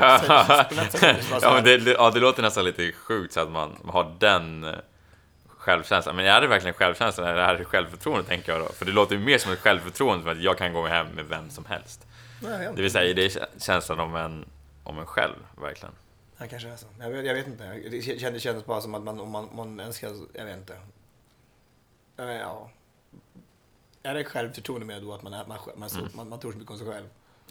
[SPEAKER 1] Ja, men det, ja, det låter nästan lite sjukt så att man har den självkänslan. Men är det verkligen självkänslan eller är det självförtroende, tänker jag då? För det låter ju mer som ett självförtroende, för att jag kan gå hem med vem som helst. Nej, det vill säga, det är känslan om en, om en själv, verkligen.
[SPEAKER 2] Ja, kanske är så. Jag vet, jag vet inte. Det kändes, det kändes bara som att man, om man, man önskar, jag vet inte. Ja. Är det självförtroende med då att man, är, man, man, mm. man, man tror så mycket om sig själv?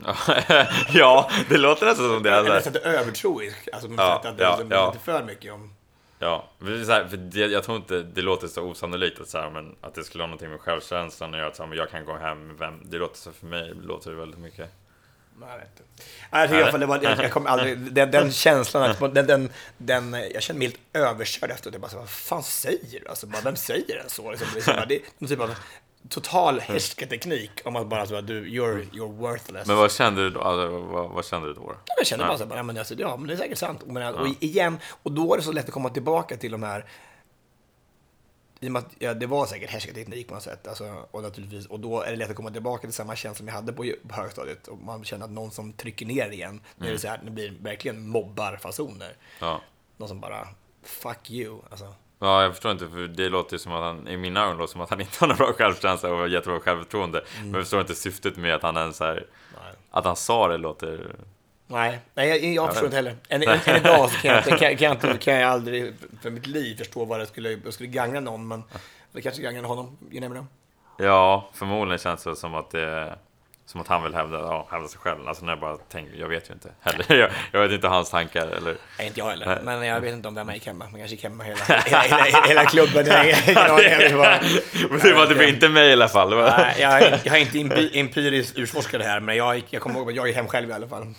[SPEAKER 1] Ja, det låter nästan som det.
[SPEAKER 2] Är det är övertroisk. Alltså man ja, att det ja, är ja. inte för mycket om.
[SPEAKER 1] Ja, för så här, för det, jag tror inte det låter så osannolikt att, så här, men att det skulle ha någonting med självkänslan att göra, att så här, men jag kan gå hem med vem. Det låter så för mig, det låter väldigt mycket.
[SPEAKER 2] Jag vet inte. Jag tycker i alla fall det var, jag, jag kom aldrig, den, den känslan, att, den, den, den, jag kände mig helt överkörd efter det. Bara så, vad fan säger du? Alltså, bara, vem säger den så? Liksom, det är, så bara, det är en typ av total härskarteknik om att bara så, du, you're, you're worthless.
[SPEAKER 1] Men vad kände du då? Alltså, vad, vad kände du då?
[SPEAKER 2] Jag kände bara så här, men, alltså, ja, men det är säkert sant. Men, och igen, och då är det så lätt att komma tillbaka till de här. I och med att, ja, det var säkert härskarteknik på något sätt. Alltså, och, naturligtvis, och då är det lätt att komma tillbaka till samma känsla som jag hade på, på högstadiet. Och man känner att någon som trycker ner igen. Mm. Det, är så här, det blir verkligen mobbarfasoner.
[SPEAKER 1] Ja.
[SPEAKER 2] Någon som bara, fuck you. Alltså.
[SPEAKER 1] Ja, jag förstår inte, för det låter som att han, i mina ögon låter som att han inte har någon bra självkänsla och jättebra självförtroende. Mm. Men jag förstår inte syftet med att han ens så här, att han sa det låter...
[SPEAKER 2] Nej, nej jag, jag förstår inte heller. En, en, en idag så kan jag, kan, kan, jag inte, kan jag aldrig för mitt liv förstå vad det skulle, skulle gagna någon, men det kanske gagnar honom. You never know.
[SPEAKER 1] Ja, förmodligen känns det som att det, som att han vill hävda, ja, hävda sig själv. Alltså när jag bara tänker, jag vet ju inte heller. Jag, jag vet inte hans tankar eller.
[SPEAKER 2] Nej, inte jag heller. Nej. Men jag vet inte om vem är i Kemma. Men kanske Kemma hela, hela, hela, hela, hela klubben. Jag, jag, jag, jag, bara,
[SPEAKER 1] men det var typ inte mig i alla fall.
[SPEAKER 2] Nej, jag, är, jag är inte empi, empiriskt utforskad här, men jag, jag kommer ihåg att jag är hem själv i alla fall.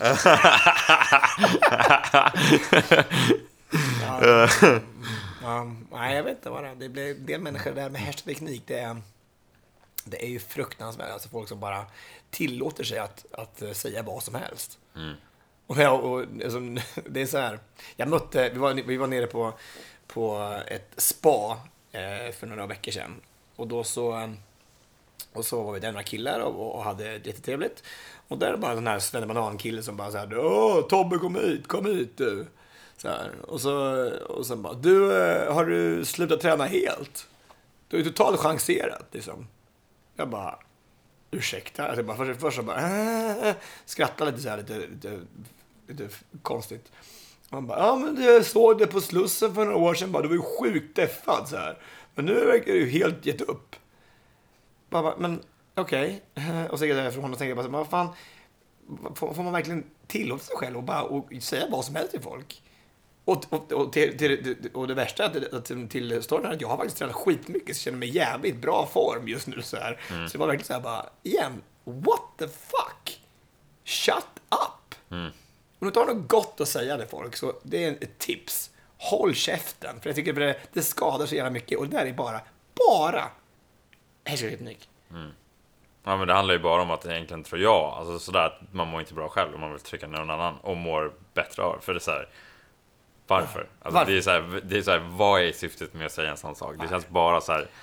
[SPEAKER 2] ja, ja, nej, jag vet inte vad det är. Det blir en del människor där med härskarteknik. Det är, det är ju fruktansvärt. Alltså folk som bara tillåter sig att, att säga vad som helst. Mm. Och, jag, och alltså, det är så här. Jag mötte, vi var, vi var nere på, på ett spa eh, för några veckor sedan. Och då så, och så var vi där några killar och, och hade jättetrevligt. Och där var bara den här Svenne Banan-killen som bara så här, åh, Tobbe, kom hit, kom hit du. Så här. Och så och sen bara, du, har du slutat träna helt? Du är totalt chanserat liksom. Jag bara, ursäkta. Alltså bara, först, först så bara, äh, skrattade lite så här, lite, lite, lite konstigt. Och man bara, ja men du såg det på Slussen för några år sedan, bara, du var ju sjukt deffad så här. Men nu verkar du ju helt gett upp. Bara, men okej. Okay. Och så gick jag därifrån och tänkte bara, men vad fan, får, får man verkligen tillåta sig själv och bara och säga vad som helst till folk? Och, och, och, till, till, och det värsta att, till, till storyn är att jag har faktiskt tränat skitmycket, så känner mig jävligt bra form just nu så här. Mm. Så det var verkligen så här bara, igen, what the fuck? Shut up! Mm. Om du inte har något gott att säga till folk, så det är ett tips. Håll käften, för jag tycker det, det skadar så jävla mycket, och det där är bara, bara härskarteknik. Mm.
[SPEAKER 1] Ja, men det handlar ju bara om att egentligen, tror jag, alltså sådär att man mår inte bra själv och man vill trycka ner någon annan och mår bättre av, för det är så här. Varför? Alltså, Varför? Det är så här, det är så här, vad är syftet med att säga en sån sak? Det känns bara så här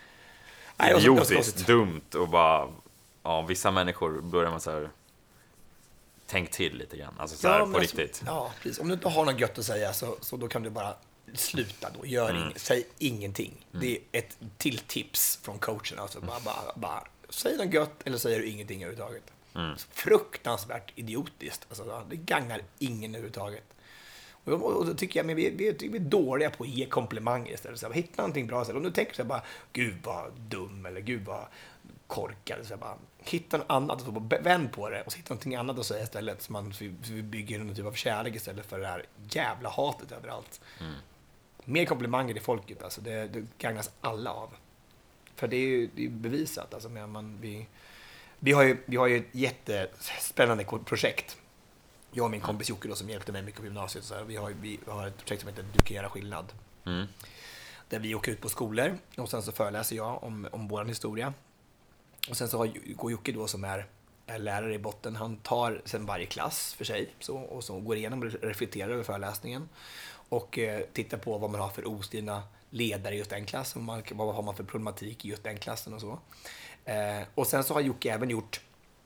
[SPEAKER 1] idiotiskt, dumt och bara, ja, vissa människor börjar man så här, tänk till lite grann, alltså så här, ja, på riktigt.
[SPEAKER 2] Så, ja, precis. Om du inte har något gött att säga, så, så då kan du bara sluta då, gör mm. ing, säg ingenting. Mm. Det är ett till tips från coachen, alltså bara, bara, bara säg något gött eller säger du ingenting överhuvudtaget. Mm. Fruktansvärt idiotiskt, alltså, det gagnar ingen överhuvudtaget. Och då tycker jag, men vi, vi, vi är dåliga på att ge komplimanger istället. Så här, hitta någonting bra istället. Och nu tänker jag bara, gud vad dum, eller gud vad korkad. Så här, bara, hitta något annat och så vänd på det. Och så hitta någonting annat att säga istället. Så man så vi bygger någon typ av kärlek istället för det här jävla hatet överallt. Mm. Mer komplimanger i folket, alltså. Det, det gagnas alla av. För det är ju det är bevisat. Alltså, man, vi, vi, har ju, vi har ju ett jättespännande projekt. Jag och min kompis Jocke då, som hjälpte mig mycket på gymnasiet. Så här, vi, har, vi har ett projekt som heter Du kan göra skillnad. Mm. Där vi åker ut på skolor och sen så föreläser jag om, om vår historia. Och sen så har, går Jocke då, som är, är lärare i botten. Han tar sen varje klass för sig så, och så går igenom och reflekterar över föreläsningen. Och eh, tittar på vad man har för oskrivna ledare i just den klassen. Och man, vad har man för problematik i just den klassen och så. Eh, och sen så har Jocke även gjort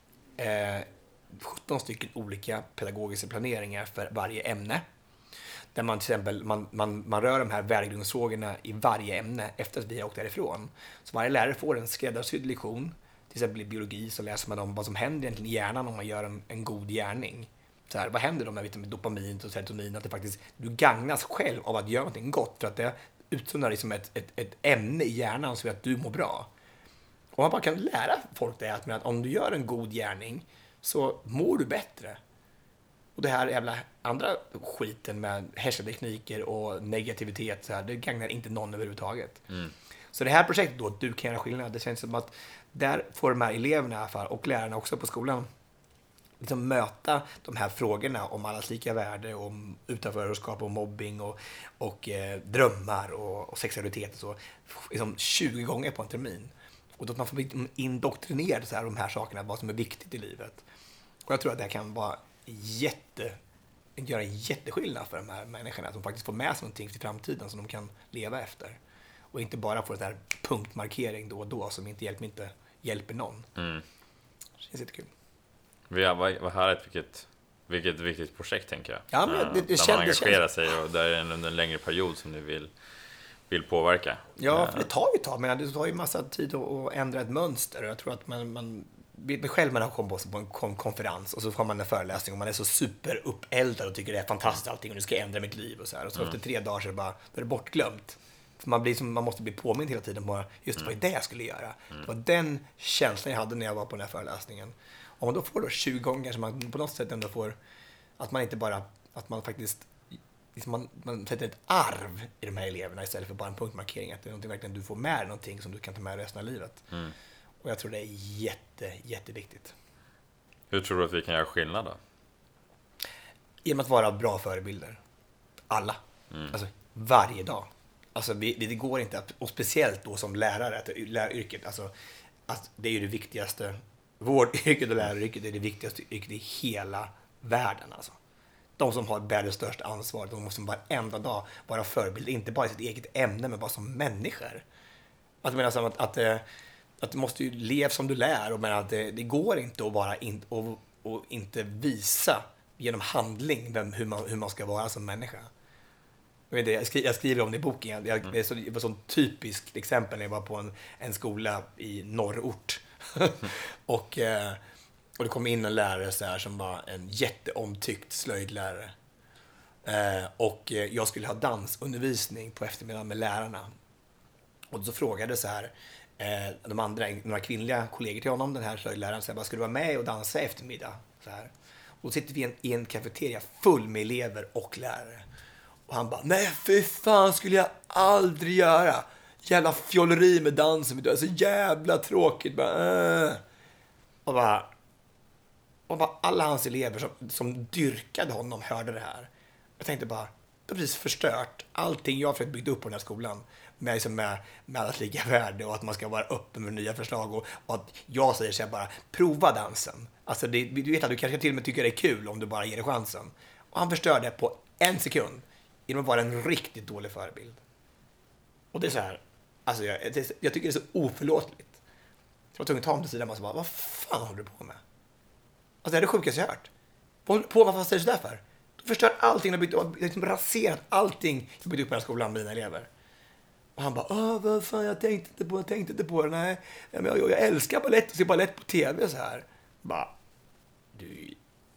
[SPEAKER 2] eh, sjutton stycken olika pedagogiska planeringar för varje ämne. Där man till exempel man, man, man rör de här värdegrundsfrågorna i varje ämne efter att vi har åkt därifrån. Så varje lärare får en skräddarsydd lektion. Till exempel i biologi så läser man om vad som händer egentligen i hjärnan om man gör en, en god gärning. Så här, vad händer då med dopamin och serotonin? Att det faktiskt, du gagnas själv av att göra någonting gott, för att det utsöndrar liksom ett, ett, ett ämne i hjärnan som gör att du mår bra. Och man bara kan lära folk det, att, att om du gör en god gärning så mår du bättre. Och det här jävla andra skiten med härskartekniker och negativitet, så här, det gagnar inte någon överhuvudtaget. Mm. Så det här projektet då, Du kan göra skillnad, det känns som att där får de här eleverna i alla fall, och lärarna också på skolan, liksom möta de här frågorna om allas lika värde, om utanförskap och mobbing och, och eh, drömmar och, och sexualitet och så, liksom tjugo gånger på en termin. Och då man får bli indoktrinerad så här, de här sakerna, vad som är viktigt i livet. Och jag tror att det kan vara jätte, göra en jätteskillnad för de här människorna, att de faktiskt får med sig någonting till framtiden som de kan leva efter. Och inte bara få det här punktmarkering då och då som inte hjälper, inte hjälper någon.
[SPEAKER 1] Mm.
[SPEAKER 2] Det känns jättekul.
[SPEAKER 1] Ja, vad, vad härligt, vilket, vilket viktigt projekt tänker jag.
[SPEAKER 2] Ja, men det, det, det
[SPEAKER 1] där
[SPEAKER 2] känns,
[SPEAKER 1] man engagerar
[SPEAKER 2] känns...
[SPEAKER 1] sig och där är en, under en längre period som ni vill, vill påverka.
[SPEAKER 2] Ja, för det tar ju ett tag, men det tar ju massa tid att ändra ett mönster. Jag tror att man, man vet själv, man har kommit på en konferens och så får man en föreläsning och man är så superuppeldad och tycker det är fantastiskt allting och nu ska jag ändra mitt liv och så här. Och så mm. efter tre dagar så är det bara, då är det bortglömt. För man, blir som, man måste bli påmind hela tiden på just vad det jag skulle göra. Mm. Det var den känslan jag hade när jag var på den här föreläsningen. Om man då får då tjugo gånger så man på något sätt ändå får att man inte bara, att man faktiskt liksom man, man sätter ett arv i de här eleverna istället för bara en punktmarkering. Att det är någonting verkligen du får med dig, någonting som du kan ta med resten av livet. Mm. Och jag tror det är jätte, jätteviktigt.
[SPEAKER 1] Hur tror du att vi kan göra skillnad då?
[SPEAKER 2] Genom att vara bra förebilder. Alla. Mm. Alltså varje dag. Alltså vi, det går inte att, och speciellt då som lärare, att läraryrket, alltså att det är ju det viktigaste, vårdyrket och läraryrket är det viktigaste yrket i hela världen alltså. De som har bär det största ansvaret, de måste varenda dag vara förebilder, inte bara i sitt eget ämne men bara som människor. Att menar som att, att, att du måste ju leva som du lär och menar att det, det går inte att bara in, och, och inte visa genom handling vem, hur, man, hur man ska vara som människa. Jag skriver, jag skriver om det i boken. Jag, det, är så, det var ett sånt typiskt exempel när jag var på en, en skola i norrort. och, eh, och det kom in en lärare så här, som var en jätteomtyckt slöjdlärare. Eh, och eh, jag skulle ha dansundervisning på eftermiddagen med lärarna. Och så frågade så här, eh, de andra, några kvinnliga kollegor till honom, den här slöjdläraren, så här, bara, skulle du vara med och dansa eftermiddag? Så här. Och då sitter vi i en, i en kafeteria full med elever och lärare. Och han bara, nej för fan skulle jag aldrig göra. Jävla fjolleri med dansen, det är så jävla tråkigt. Bara, äh. och, bara, och bara alla hans elever som, som dyrkade honom hörde det här. Jag tänkte bara, det har precis förstört allting jag har försökt bygga upp på den här skolan. Med, liksom med, med allas lika värde och att man ska vara öppen med nya förslag. Och, och att jag säger så här bara, prova dansen. Alltså det, du vet att du kanske till och med tycker det är kul om du bara ger det chansen. Och han förstörde det på en sekund. Genom att vara en riktigt dålig förebild. Och det är så här, alltså jag, jag tycker det är så oförlåtligt. Jag var tvungen att ta om till sidan och bara, vad fan håller du på med? Alltså det är det sjukaste jag har hört. Vad på, vad säger du så därför? Du förstör allting, du har liksom raserat allting jag byggt upp på den här skolan med dina elever. Och han bara, åh vad fan, jag tänkte inte på, jag tänkte inte på det, nej. Jag, jag, jag älskar balett och ser balett på tv så här. Bara, du är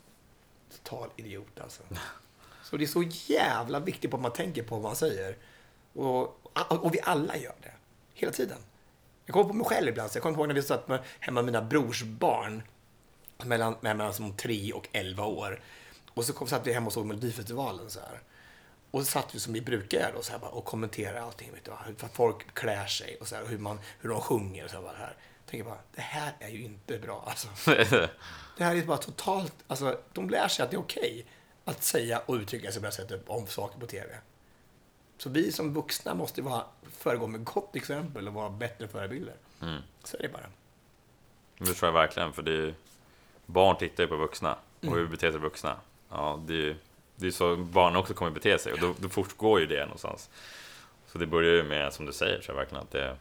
[SPEAKER 2] total idiot alltså. Så det är så jävla viktigt på vad man tänker på vad man säger. Och, och vi alla gör det. Hela tiden. Jag kommer på mig själv ibland. Så jag kommer på när vi satt med, hemma med mina brors barn. Mellan, mellan som tre och elva år. Och så kom, satt vi hemma och såg Melodifestivalen så här. Och så satt vi som vi brukar då, så här, bara, och kommenterade allting. Vet du, hur folk klär sig och, så här, och hur, man, hur de sjunger. Och så här, bara, här. Jag tänker bara, det här är ju inte bra. Alltså. Det här är bara totalt... Alltså, de lär sig att det är okej att säga och uttrycka sig på det här sättet om saker på tv. Så vi som vuxna måste vara, föregå med gott exempel och vara bättre förebilder. Mm. Så är det bara.
[SPEAKER 1] Det tror jag verkligen, för det är, barn tittar ju på vuxna och hur beter sig vuxna. Ja, det är, det är så barn också kommer bete sig och då, då fortgår ju det någonstans. Så det börjar ju med, som du säger, tror jag verkligen att det är,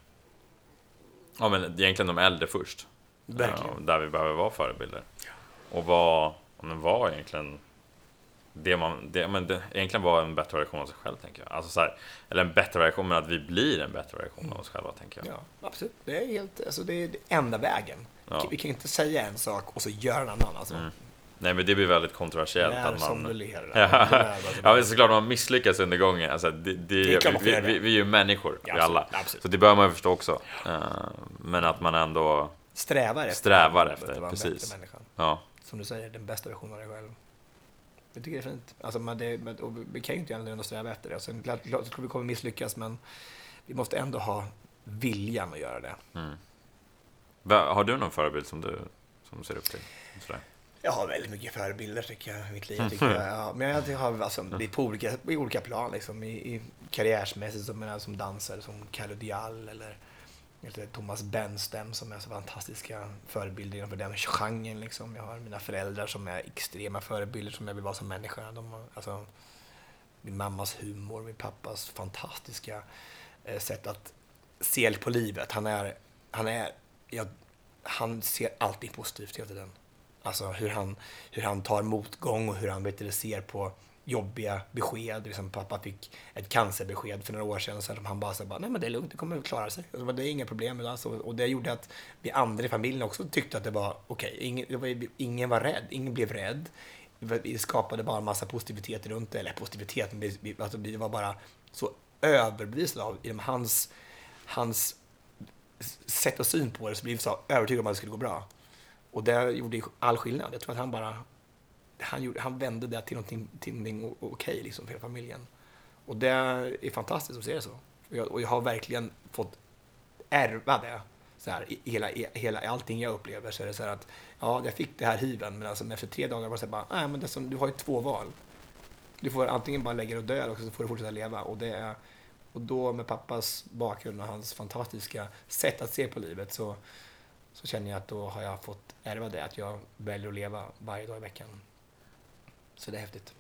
[SPEAKER 1] ja, men egentligen de äldre först. Verkligen. Ja, där vi behöver vara förebilder. Och vad, om den var egentligen det man, det, men det, egentligen var en bättre version av sig själv, tänker jag. Alltså så här, eller en bättre version, men att vi blir en bättre version av oss själva, tänker jag.
[SPEAKER 2] Ja, absolut. Det är helt, alltså det är det enda vägen. Ja. Vi kan inte säga en sak och så göra en annan. Alltså. Mm.
[SPEAKER 1] Nej, men det blir väldigt kontroversiellt.
[SPEAKER 2] Lär
[SPEAKER 1] att man...
[SPEAKER 2] som du ler.
[SPEAKER 1] Ja, ja, men såklart man misslyckas under gången. Alltså, det, det, det är vi, vi, vi är ju människor, ja, vi alla. Absolut. Så det bör man ju förstå också. Uh, men att man ändå
[SPEAKER 2] strävar efter,
[SPEAKER 1] strävar efter precis. Ja.
[SPEAKER 2] Som du säger, den bästa versionen av dig själv. Jag tycker det är fint. Alltså, man, det, och vi kan ju inte egentligen sträva efter det. Alltså, jag tror vi kommer misslyckas, men vi måste ändå ha viljan att göra det.
[SPEAKER 1] Mm. Har du någon förebild som du som ser upp till? Sådär.
[SPEAKER 2] Jag har väldigt mycket förebilder tycker jag i mitt liv. Tycker jag. Ja, men jag har alltså, det är på olika, i olika plan. Liksom, i, i karriärsmässigt som, menar, som dansare, som Kalle Dial eller, eller Thomas Benstem som är så fantastiska förebilder för den genren. Liksom. Jag har mina föräldrar som är extrema förebilder som jag vill vara som människa. De har, alltså, min mammas humor, min pappas fantastiska eh, sätt att se på livet. Han är, han är, jag, han ser alltid positivt hela tiden. Alltså hur han, hur han tar motgång och hur han vet det, ser på jobbiga besked. Liksom pappa fick ett cancerbesked för några år sedan så han bara sa nej men det är lugnt, det kommer att klara sig. Alltså, det är inga problem med det. Alltså, och det gjorde att vi andra i familjen också tyckte att det var okej. Okay. Ingen, ingen var rädd, ingen blev rädd. Vi skapade bara en massa positivitet runt det, eller positivitet, men vi, alltså, vi var bara så överbevisade av i hans, hans sätt och syn på det så blev vi så övertygade om att det skulle gå bra. Och det gjorde all skillnad. Jag tror att han bara han, gjorde, han vände det till någonting, till någonting okej liksom, för hela familjen. Och det är fantastiskt att se det så. Och jag, och jag har verkligen fått ärva det. Så här, i, hela, i, hela, allting jag upplever så är det så här att ja, jag fick det här hiven men alltså, efter tre dagar var det så här bara, nej men det som, du har ju två val. Du får antingen bara lägga dig och dö och så får du fortsätta leva. Och, det är, och då med pappas bakgrund och hans fantastiska sätt att se på livet så så känner jag att då har jag fått ärva det, att jag väljer att leva varje dag i veckan. Så det är häftigt.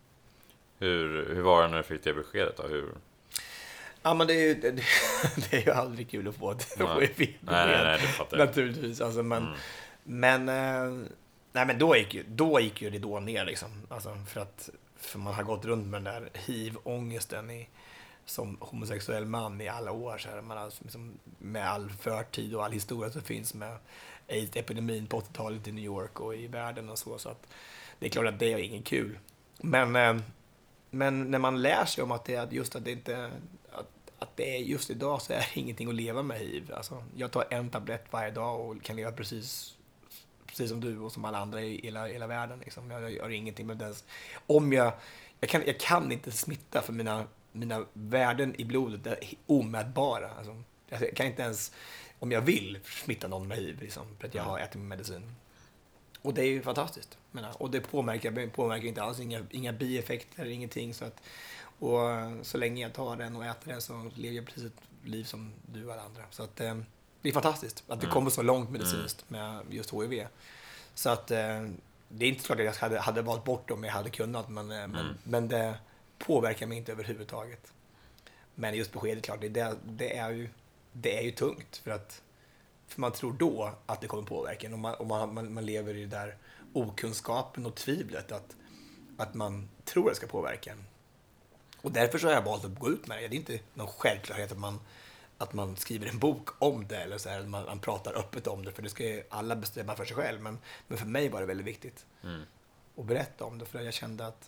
[SPEAKER 1] Hur, hur var det när du fick det beskedet då? Hur?
[SPEAKER 2] Ja, men det är ju, det, det är ju aldrig kul att få ett H I V-besked.
[SPEAKER 1] Nej, nej, nej, det fattar jag.
[SPEAKER 2] Naturligtvis. Alltså, men,
[SPEAKER 1] mm.
[SPEAKER 2] men, nej, men då gick ju, då gick ju det då ner liksom. Alltså, för att för man har gått runt med den där hiv-ångesten i som homosexuell man i alla år så här, man har, liksom, med all förtid och all historia som finns med AIDS-epidemin på åttiotalet i New York och i världen och så, så att det är klart att det är ingen kul. Men, eh, men när man lär sig om att det är just att det inte att, att det är just idag så är det ingenting att leva med hiv. Alltså, jag tar en tablett varje dag och kan leva precis precis som du och som alla andra i hela, hela världen. Liksom. Jag gör ingenting med det. Om jag, jag, kan, jag kan inte smitta för mina mina värden i blodet är omätbara. Alltså, jag kan inte ens, om jag vill, smitta någon med hiv liksom, för att jag har ätit min medicin. Och det är ju fantastiskt. Menar, och det påverkar, påverkar inte alls, inga, inga bieffekter, ingenting. Så, att, och så länge jag tar den och äter den så lever jag precis ett liv som du och alla andra. Så att, eh, det är fantastiskt att det kommer så långt medicinskt med just H I V. Så att eh, det är inte klart att jag hade, hade valt bort om jag hade kunnat, men, mm. men, men det påverkar mig inte överhuvudtaget. Men just beskedet, klart, det, det, är ju, det är ju tungt. För att för man tror då att det kommer påverka. Och man, och man, man, man lever i det där okunskapen och tvivlet att, att man tror att det ska påverka en. Och därför så har jag valt att gå ut med det. Det är inte någon självklarhet att man, att man skriver en bok om det. Eller så här, man, man pratar öppet om det. För det ska ju alla bestämma för sig själv. Men, men för mig var det väldigt viktigt mm. att berätta om det. För jag kände att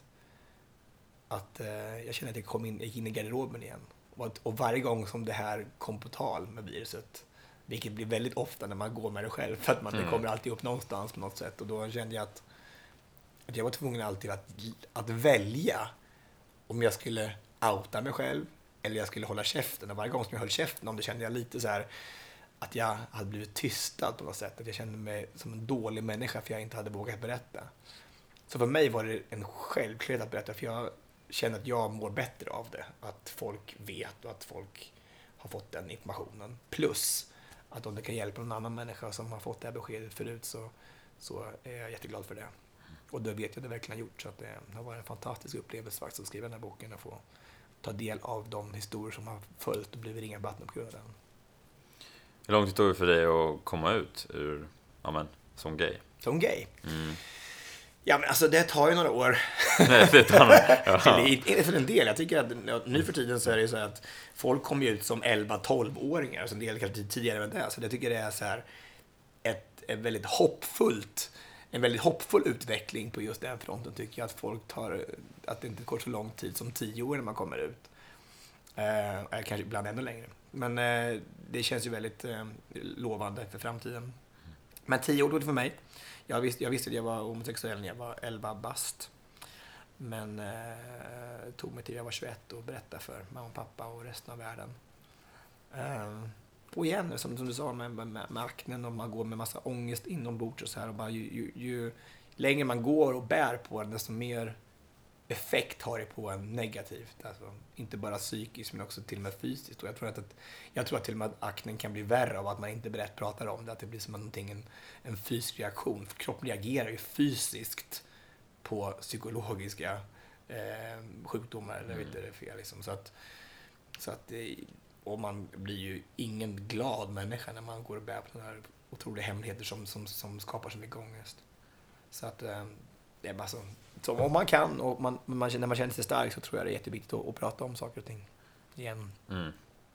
[SPEAKER 2] att eh, jag kände att jag kom in, jag gick in i garderoben igen. Och, att, och varje gång som det här kom på tal med viruset, vilket blir väldigt ofta när man går med det själv, för att man, mm. det kommer alltid upp någonstans på något sätt. Och då kände jag att, att jag var tvungen alltid att, att välja om jag skulle outa mig själv eller jag skulle hålla käften. Och varje gång som jag höll käften om det kände jag lite så här att jag hade blivit tystad på något sätt. Att jag kände mig som en dålig människa för jag inte hade vågat berätta. Så för mig var det en självklarhet att berätta, för jag känner att jag mår bättre av det. Att folk vet och att folk har fått den informationen. Plus att om det kan hjälpa någon annan människa som har fått det här beskedet förut så, så är jag jätteglad för det. Och det vet jag det verkligen har gjort. Så att det har varit en fantastisk upplevelse faktiskt att skriva den här boken och få ta del av de historier som har följt och blivit ringa vatten på grund av den.
[SPEAKER 1] Hur långt tog det för dig att komma ut ur, ja men, som gay?
[SPEAKER 2] Som gay?
[SPEAKER 1] Mm.
[SPEAKER 2] Ja, men alltså det tar ju några år.
[SPEAKER 1] Nej, det tar några.
[SPEAKER 2] Eller inte för en del. Jag tycker att nu för tiden så är det ju så att folk kommer ut som elva tolv-åringar. Så en del kanske tidigare än det. Så jag tycker det är så här ett, ett väldigt hoppfullt, en väldigt hoppfull utveckling på just den fronten, tycker jag. Att folk tar, att det inte går så lång tid som tio år när man kommer ut. Eh, kanske ibland ännu längre. Men eh, det känns ju väldigt eh, lovande för framtiden. Men tio år tog det för mig. Jag visste, jag visste att jag var homosexuell när jag var elva bast. Men eh, tog mig till jag var tjugoett och berättade för mamma och pappa och resten av världen. Eh, och igen, som, som du sa med, med, med aknen och man går med massa ångest inombords och så här. Och bara ju, ju, ju längre man går och bär på den, desto mer effekt har det på en negativt. Alltså, inte bara psykiskt men också till och med fysiskt. Och jag tror att, att, jag tror att till och med att aknen kan bli värre av att man inte berätt pratar om det. Att det blir som någonting, en, en fysisk reaktion. För kroppen reagerar ju fysiskt på psykologiska eh, sjukdomar. Eller vet det fel liksom. Så att, så att det, och man blir ju ingen glad människa när man går och bär på sådana här otroliga hemligheter som, som, som skapar så mycket ångest. Så att eh, det är bara så. Så om man kan och man, man, när man känner sig stark så tror jag det är jätteviktigt att, att prata om saker och ting igen.
[SPEAKER 1] Mm.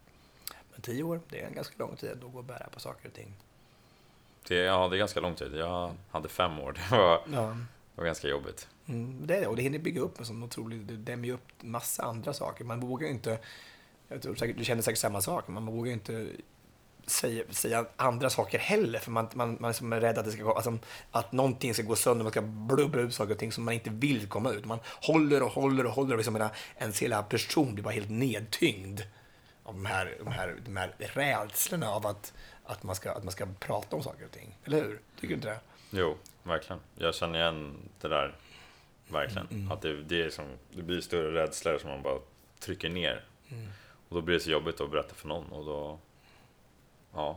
[SPEAKER 2] Men tio år, det är en ganska lång tid att gå och bära på saker och ting.
[SPEAKER 1] Det, ja, det är ganska lång tid. Jag hade fem år. Det var,
[SPEAKER 2] ja.
[SPEAKER 1] det var ganska jobbigt.
[SPEAKER 2] Mm, det är det, och det hinner bygga upp en sån otrolig, det dämmer ju upp massa andra saker. Man vågar ju inte, jag tror säkert, du känner säkert samma sak, man vågar ju inte säga, säga andra saker heller, för man, man, man är som rädd att det ska gå, alltså, att någonting ska gå sönder, man ska blubbra ut saker och ting som man inte vill komma ut. Man håller och håller och håller och liksom ens hela person blir bara helt nedtyngd av de här, de här, de här rädslorna av att, att, man ska, att man ska prata om saker och ting. Eller hur? Tycker du inte det?
[SPEAKER 1] Jo, verkligen. Jag känner igen det där. Verkligen. Mm, mm. Att det, det, är som, det blir större rädslor som man bara trycker ner. Mm. Och då blir det så jobbigt att berätta för någon. Och då... Ja.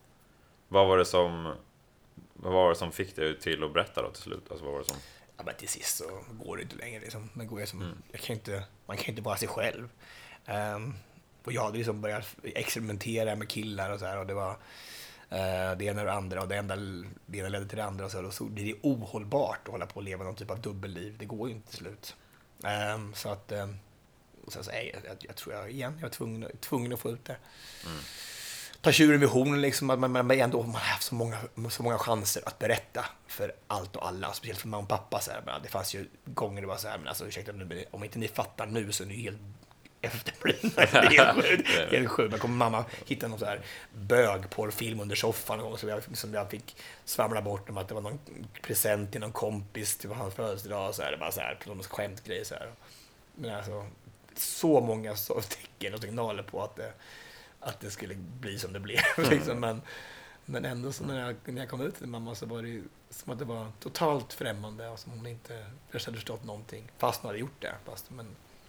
[SPEAKER 1] Vad var det som vad var det som fick dig till att berätta då till slut? Alltså vad var det som...
[SPEAKER 2] Ja, men till sist så går det inte längre liksom. Man går som mm. jag kan inte man kan inte vara sig själv. Um, och jag hade liksom börjat experimentera med killar och så här, och det var uh, det ena och det andra, och det enda det ena ledde till det andra, och så här, och så det är ohållbart att hålla på och leva någon typ av dubbelliv. Det går ju inte till slut. Um, så att um, och sen så är jag, jag, jag tror jag igen jag var tvungen tvungen att få ut det. Mm. Ta tjuren vid hornen liksom, att man, man, ändå, man har haft så många, så många chanser att berätta för allt och alla, speciellt för mamma och pappa så här, men det fanns ju gånger det var så här, men alltså ursäkta, om inte ni fattar nu så är ni helt efterblivna. Det är helt sjukt. Helt sjukt. Man kommer mamma hitta någon så här bögporrfilm under soffan någon gång som jag, som jag fick svamla bort om att det var någon present till någon kompis till hans födelsedag, så här, det var så här någon skämtgrej så här. Men alltså så många så tecken och signaler på att det att det skulle bli som det blev. liksom. men, men ändå så när jag, när jag kom ut till mamma så var det som att det var totalt främmande och som hon inte först hade förstått någonting. Fast hon hade gjort det. Fast, men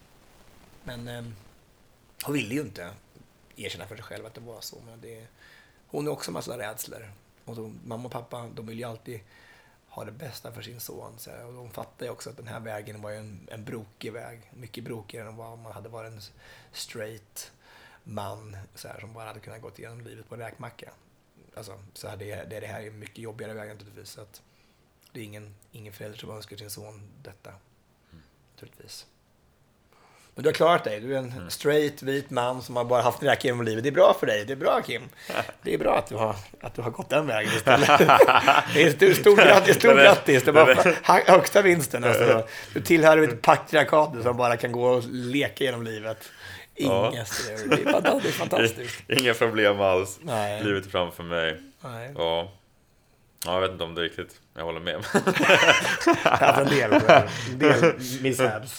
[SPEAKER 2] men eh, hon ville ju inte erkänna för sig själv att det var så. Men det, hon är också en massa rädslor. Och då, mamma och pappa, de vill ju alltid ha det bästa för sin son. Så här, och de fattar ju också att den här vägen var en, en brokig väg. Mycket brokigare än vad man hade varit en straight man så här, som bara hade kunnat gå igenom livet på en räkmacka. Alltså, så här, det, det, det här är mycket jobbigare väg naturligtvis. Så att det är ingen, ingen förälder som önskar sin son detta. Mm. Naturligtvis. Men du har klarat dig. Du är en mm. straight, vit man som har bara haft en räkmacka genom livet. Det är bra för dig. Det är bra, Kim. Det är bra att du har, att du har gått den vägen istället. Det är stor, stor grattis. Stor grattis. Det var högsta vinsten. Alltså. Du tillhör ett patriarkat som bara kan gå och leka genom livet. Inga ja. det, är fantastiskt, det är fantastiskt.
[SPEAKER 1] Inga problem alls.
[SPEAKER 2] Nej.
[SPEAKER 1] Livet är framför mig.
[SPEAKER 2] Nej.
[SPEAKER 1] Ja. Ja, jag vet inte om det är riktigt. Jag håller med.
[SPEAKER 2] Alltså en del, en del mishaps.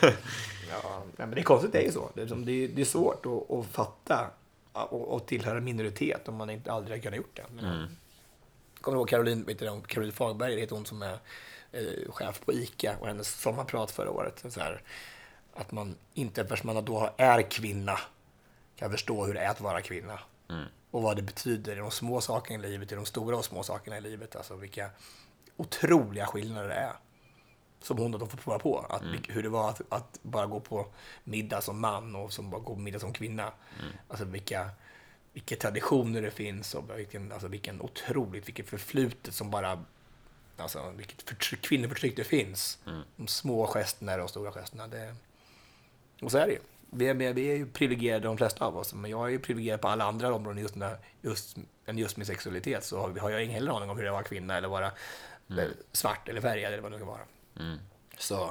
[SPEAKER 2] Ja, men det är konstigt, det är ju så. Det är, det är, det är svårt att, att fatta och, och tillhöra minoritet om man inte aldrig har kunnat gjort det. Men, mm. Kommer du ihåg Caroline, vet du, Caroline Fagberg, det heter hon som är eh, chef på ICA, och hennes sommarprat förra året. Så här, att man inte, eftersom man då är kvinna, kan förstå hur det är att vara kvinna. Mm. Och vad det betyder i de små sakerna i livet, i de stora och små sakerna i livet. Alltså vilka otroliga skillnader det är. Som hon då får prova på. Att, mm. Hur det var att, att bara gå på middag som man och som bara gå på middag som kvinna. Mm. Alltså vilka, vilka traditioner det finns och vilken, alltså vilken otroligt, vilket förflutet som bara, alltså vilket förtryck, kvinnoförtryck det finns. Mm. De små gesterna och de stora gesterna. Det, och så är det ju. Vi är, vi är ju privilegierade de flesta av oss, men jag är ju privilegierad på alla andra områden just, när, just, än just med sexualitet, så har, har jag ingen heller aning om hur det var kvinna eller vara mm. svart eller färgad eller vad det kan vara. Mm. Så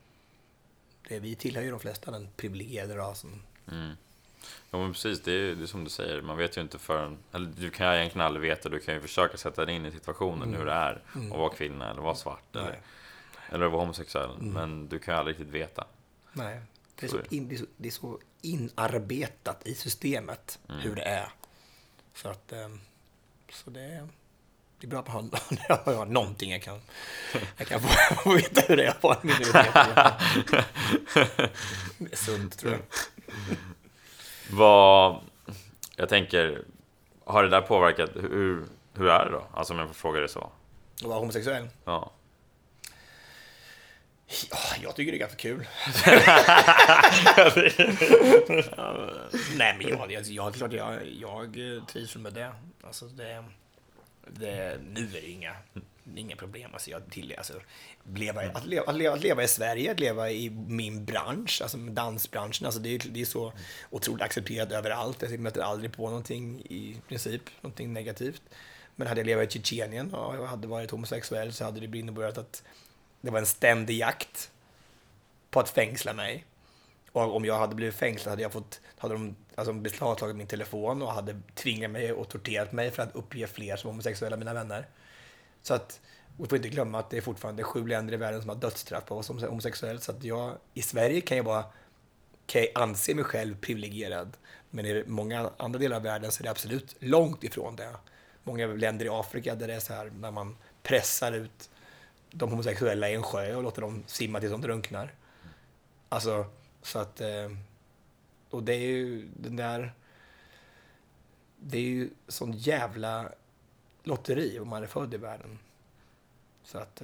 [SPEAKER 2] det, vi tillhör ju de flesta den privilegierade rasen.
[SPEAKER 1] Mm. Ja, men precis, det är, det är som du säger, man vet ju inte förrän, eller du kan ju egentligen aldrig veta, du kan ju försöka sätta dig in i situationen mm. hur det är mm. att vara kvinna eller vara svart eller, eller vara homosexuell, mm. men du kan ju aldrig riktigt veta.
[SPEAKER 2] Nej. Det är, så in, det, är så, det är så inarbetat i systemet mm. hur det är. Så att så det, Det är bra att ha, jag har någonting jag kan, jag kan få, få veta hur det är att vara en minoritet. Det är sunt, tror jag.
[SPEAKER 1] Vad, jag tänker, har det där påverkat, hur, hur är det då? Alltså om jag får fråga det så.
[SPEAKER 2] Att vara homosexuell?
[SPEAKER 1] Ja.
[SPEAKER 2] Ja, jag tycker det är ganska kul. Nej, men jag, jag, jag, klart jag, jag trivs med det. Alltså det, det nu är det inga, inga problem. Alltså jag till, alltså, leva, att, leva, att, leva, att leva i Sverige, att leva i min bransch, alltså dansbranschen, alltså det, det är så otroligt accepterat överallt. Jag möter aldrig på någonting i princip, någonting negativt. Men hade jag levat i Tjetjenien och jag hade varit homosexuell så hade det inneburit att det var en ständig jakt på att fängsla mig. Och om jag hade blivit fängslad hade jag fått, hade de alltså beslagtagit min telefon och hade tvingat mig och torterat mig för att uppge fler som homosexuella mina vänner. Så att, vi får inte glömma att det är fortfarande sju länder i världen som har dödsstraff på oss som homosexuell. Så att jag, i Sverige kan jag bara kan jag anse mig själv privilegierad. Men i många andra delar av världen så är det absolut långt ifrån det. Många länder i Afrika där det är så här, när man pressar ut de homosexuella i en sjö och låter dem simma tills de drunknar. Alltså, så att... Och det är ju den där... Det är ju sån jävla lotteri om man är född i världen. Så att...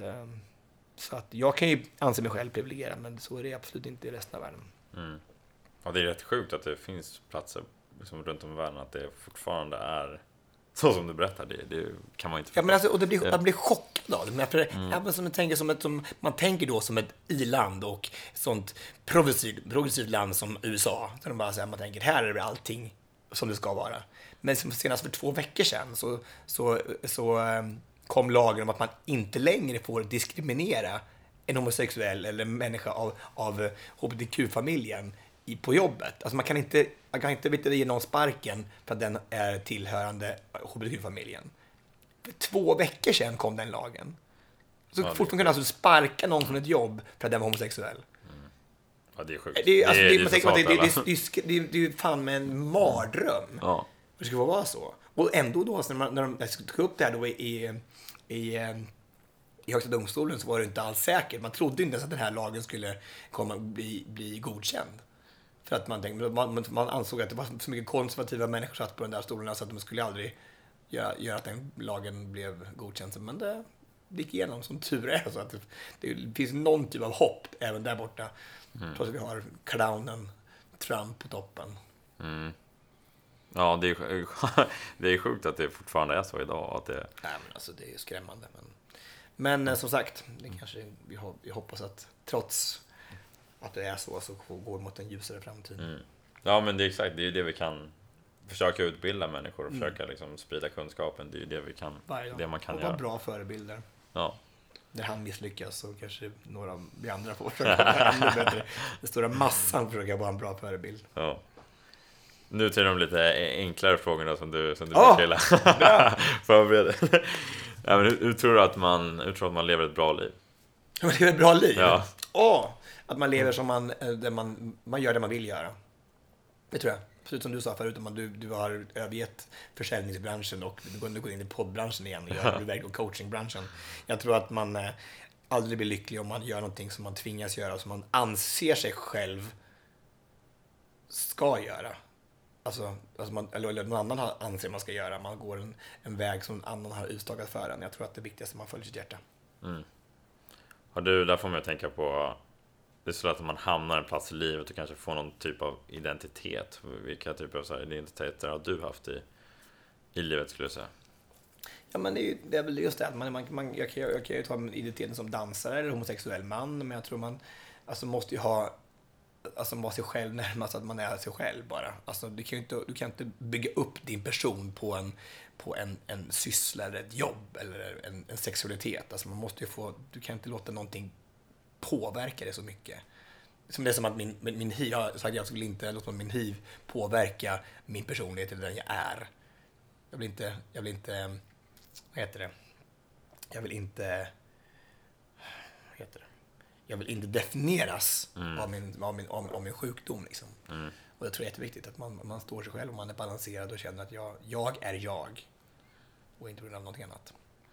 [SPEAKER 2] Så att jag kan ju anse mig själv privilegierad, men så är det absolut inte i resten av världen.
[SPEAKER 1] Mm. Ja, det är rätt sjukt att det finns platser liksom runt om i världen att det fortfarande är... Så som du berättar, det, det kan man inte
[SPEAKER 2] förstå. Ja, men alltså, och det blir, man blir chockad av det. För, mm. även som man, tänker som ett, som, man tänker då som ett i-land och sånt progressivt, progressivt land som U S A. Så de bara säger, man tänker, här är det allting som det ska vara. Men senast för två veckor sedan så, så, så um, kom lagen om att man inte längre får diskriminera en homosexuell eller en människa av, av H B T Q-familjen i, på jobbet. Alltså man kan inte, man kan inte vet, ge någon sparken för att den är tillhörande H B T Q-familjen. För två veckor sedan kom den lagen. Så ja, fort man kan alltså sparka någon från ett jobb för att den var homosexuell. Mm.
[SPEAKER 1] Ja, det är sjukt.
[SPEAKER 2] Det är, alltså, det, det, det, det, det, det, det, det är ju fan med en mardröm.
[SPEAKER 1] Ja.
[SPEAKER 2] Det ska vara så. Och ändå då, när, man, när de tog upp det här då i, i, i, i Högsta domstolen så var det inte alls säkert. Man trodde inte ens att den här lagen skulle komma bli, bli godkänd. För att man, tänkte, man, man ansåg att det var så mycket konservativa människor satt på den där stolen så att de skulle aldrig göra, göra att den lagen blev godkänd. Men det gick igenom som tur är. Så att det, det finns någon typ av hopp även där borta. Mm. Trots att vi har clownen Trump på toppen.
[SPEAKER 1] Mm. Ja, det är, det är sjukt att det fortfarande är så idag. Att det...
[SPEAKER 2] Nej, men alltså, det är skrämmande. Men, men mm. som sagt, det kanske, vi, vi hoppas att trots att det är så så går mot en ljusare framtid.
[SPEAKER 1] Mm. Ja, men det är exakt. Det är det vi kan försöka utbilda människor och mm. försöka liksom sprida kunskapen. Det är det vi kan, det man kan
[SPEAKER 2] och
[SPEAKER 1] göra.
[SPEAKER 2] vara bra förebilder.
[SPEAKER 1] Ja.
[SPEAKER 2] När han misslyckas så kanske några av vi andra får försöka vara ännu bättre. Den stora massan försöker vara en bra förebild.
[SPEAKER 1] Ja. Nu till de lite enklare frågorna som du som du oh, vill förbereda. Ja, men hur, hur tror du att man hur tror att man lever ett bra liv?
[SPEAKER 2] Man lever ett bra liv?
[SPEAKER 1] Ja.
[SPEAKER 2] Åh, att man lever som man, där man man gör det man vill göra. Det tror jag. Precis som du sa förut, om du, du har övergett försäljningsbranschen och du går in i poddbranschen igen och gör du verkligen coachingbranschen. Jag tror att man eh, aldrig blir lycklig om man gör någonting som man tvingas göra, som man anser sig själv ska göra. Alltså, alltså man, eller, eller någon annan anser man ska göra. Man går en, en väg som någon annan har utstakat för en. Jag tror att det viktigaste är att man följer sitt hjärta. Mm.
[SPEAKER 1] Har du, där får man tänka på, det är så att man hamnar en plats i livet och kanske får någon typ av identitet. Vilka typer av så här identiteter har du haft i, i livet, skulle jag säga?
[SPEAKER 2] Ja, men det är, det är väl just det. Man, man, man, jag, kan, jag kan ju ta identiteten som dansare eller homosexuell man, men jag tror man alltså, måste ju ha alltså vara sig själv närmast, att man är sig själv bara. Alltså du kan ju inte, du kan inte bygga upp din person på en på en, en syssla eller ett jobb eller en, en sexualitet. Alltså man måste ju få, du kan inte låta någonting påverka det så mycket. Som det är som att min, min, min hiv, jag har sagt att jag skulle inte låta min hiv påverka min personlighet eller den jag är. Jag vill inte, jag vill inte, vad heter det? Jag vill inte, vad heter det? Jag vill inte definieras mm. av, min, av, min, av, av min sjukdom. Liksom. Mm. Och jag tror det är jätteviktigt att man, man står sig själv och man är balanserad och känner att jag, jag är jag och inte på grund av någonting annat.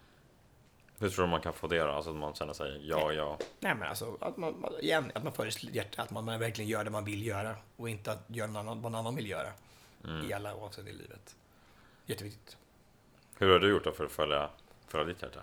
[SPEAKER 1] Hur tror du man kan få det då? Alltså att man känner sig ja, ja.
[SPEAKER 2] Nej, men alltså att man, igen, att man för sitt hjärta, att man verkligen gör det man vill göra och inte att göra någon annan, vad någon annan vill göra mm. i alla oavsett i livet. Jätteviktigt.
[SPEAKER 1] Hur har du gjort då för att följa, följa ditt hjärta?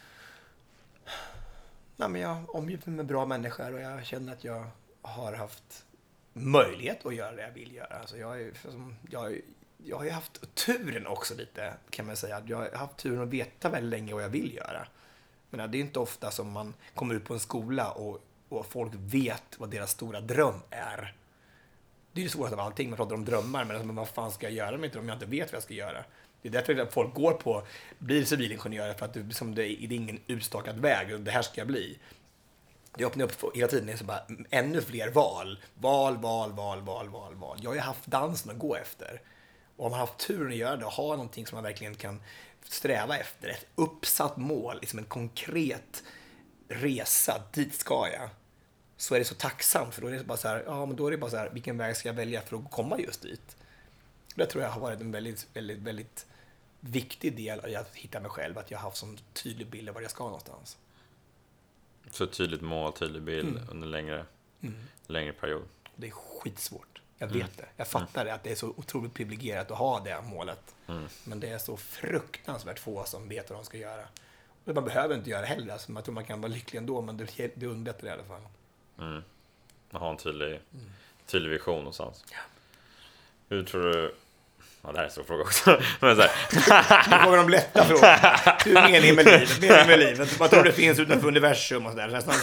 [SPEAKER 2] Nej, men jag omger mig med bra människor och jag känner att jag har haft möjlighet att göra det jag vill göra. Alltså jag, jag, jag har ju haft turen också lite, kan man säga. Jag har haft turen att veta väldigt länge vad jag vill göra. Men det är inte ofta som man kommer ut på en skola och, och folk vet vad deras stora dröm är. Det är ju svårt av allting, man pratar om drömmar, men vad fan ska jag göra med det om jag inte vet vad jag ska göra? Det är därför att folk går på, blir civilingenjörer för att det, som det, det är ingen utstakad väg och det här ska jag bli. Det öppnar upp hela tiden, så bara ännu fler val. Val, val, val, val, val, val. Jag har ju haft dansen att gå efter. Och om man har haft turen att göra det och ha någonting som man verkligen kan sträva efter, ett uppsatt mål, liksom en konkret resa, dit ska jag. Så är det så tacksamt, för då är det bara så här, ja men då är det bara så här, vilken väg ska jag välja för att komma just dit? Det tror jag har varit en väldigt, väldigt, väldigt viktig del i att hitta mig själv, att jag har haft sån tydlig bild av var jag ska någonstans.
[SPEAKER 1] Så tydligt mål, tydlig bild mm. under längre, mm. längre period.
[SPEAKER 2] Det är skitsvårt. Jag vet mm. det. Jag fattar mm. det, att det är så otroligt privilegierat att ha det målet. Mm. Men det är så fruktansvärt få som vet vad de ska göra. Och man behöver inte göra det heller. Alltså, man tror man kan vara lycklig ändå, men det, det underlättar i alla fall.
[SPEAKER 1] Mm. Man har en tydlig, mm. tydlig vision någonstans. Ja. Hur tror du... Ja, det här är en stor fråga också. Men så här.
[SPEAKER 2] Nu kommer de lätta frågor. Hur är meningen med livet? Meningen med livet? Vad tror du finns utanför universum och sådär? Nästan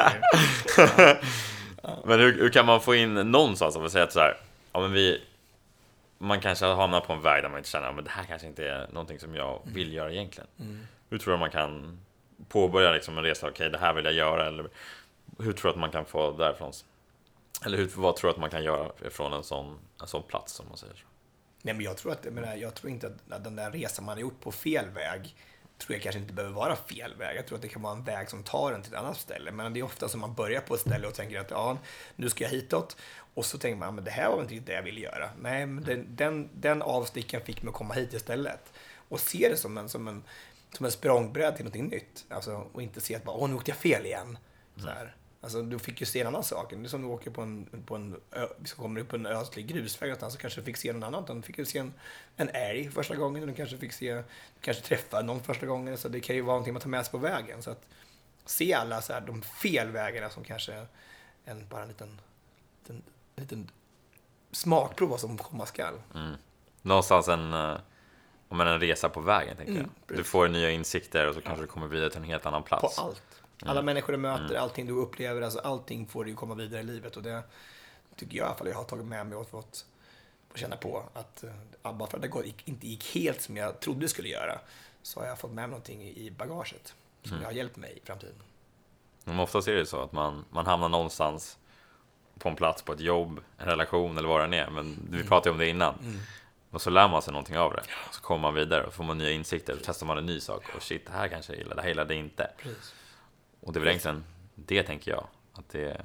[SPEAKER 1] ja. Men hur, hur kan man få in någonstans om vi säger att så här, ja men vi, man kanske hamnar på en väg där man inte känner att det här kanske inte är någonting som jag vill göra egentligen. Mm. Hur tror du man kan påbörja liksom en resa? Okej, okay, det här vill jag göra. Eller hur tror du att man kan få därifrån? Eller hur, vad tror du att man kan göra från en sån, en sån plats, som man säger så?
[SPEAKER 2] Nej, men jag tror att, jag, menar, jag tror inte att den där resan man har gjort på fel väg, tror jag kanske inte behöver vara fel väg. Jag tror att det kan vara en väg som tar en till ett annat ställe. Men det är ofta som man börjar på ett ställe och tänker att ja, nu ska jag hitåt. Och så tänker man, men det här var inte det jag ville göra. Nej, men den, den, den avsticken fick mig att komma hit istället. Och se det som en, som en, som en språngbräd till någonting nytt. Alltså, och inte se att bara, åh, nu åkte jag fel igen. Så här. Alltså, du fick ju se en annan sak. Det är som du åker på en, på en ö, så kommer du på en ödslig grusväg någonstans, så kanske du fick se någon annan. Du fick ju se en, en älg första gången, och du kanske fick se, du kanske träffa någon första gången. Så det kan ju vara någonting man tar med sig på vägen. Så att se alla så här, de fel vägarna som kanske en, bara en liten, liten, liten smakprov som komma skall.
[SPEAKER 1] Mm. Någonstans en, om en resa på vägen, tänker mm, jag. Du får nya insikter och så kanske ja. du kommer vidare till en helt annan plats.
[SPEAKER 2] På allt. Alla mm. människor du möter, mm. allting du upplever, alltså allting får du komma vidare i livet. Och det tycker jag i alla fall jag har tagit med mig och fått känna på. Att bara för att det inte gick helt som jag trodde det skulle göra, så har jag fått med mig någonting i bagaget som mm. har hjälpt mig i framtiden.
[SPEAKER 1] Men ofta är det så att man, man hamnar någonstans på en plats, på ett jobb, en relation eller vad det är. Men vi mm. pratade om det innan. Mm. Och så lär man sig någonting av det. Så kommer man vidare och får man nya insikter. Och testar man en ny sak. Och shit, det här kanske jag gillar, det här gillade jag inte.
[SPEAKER 2] Precis.
[SPEAKER 1] Och det är väl egentligen det, tänker jag. Att det,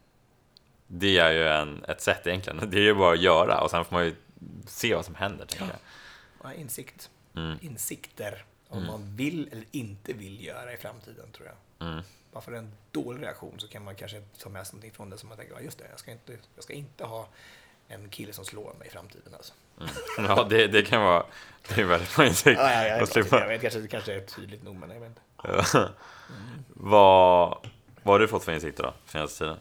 [SPEAKER 1] det är ju en, ett sätt egentligen. Det är ju bara att göra. Och sen får man ju se vad som händer, tänker
[SPEAKER 2] ja. jag. Ja, insikt.
[SPEAKER 1] Mm.
[SPEAKER 2] Insikter. Om mm. man vill eller inte vill göra i framtiden, tror jag.
[SPEAKER 1] Mm.
[SPEAKER 2] Bara för en dålig reaktion så kan man kanske ta med sig någonting från det som man tänker, ja just det, jag ska inte, jag ska inte ha en kille som slår mig i framtiden. Alltså.
[SPEAKER 1] Mm. Ja, det, det kan vara, det är väldigt bra insikt.
[SPEAKER 2] Ja, ja, jag, jag, jag vet, kanske, det kanske är tydligt nog, men jag vet inte.
[SPEAKER 1] Mm. vad, vad har du fått för insikter då, senaste tiden?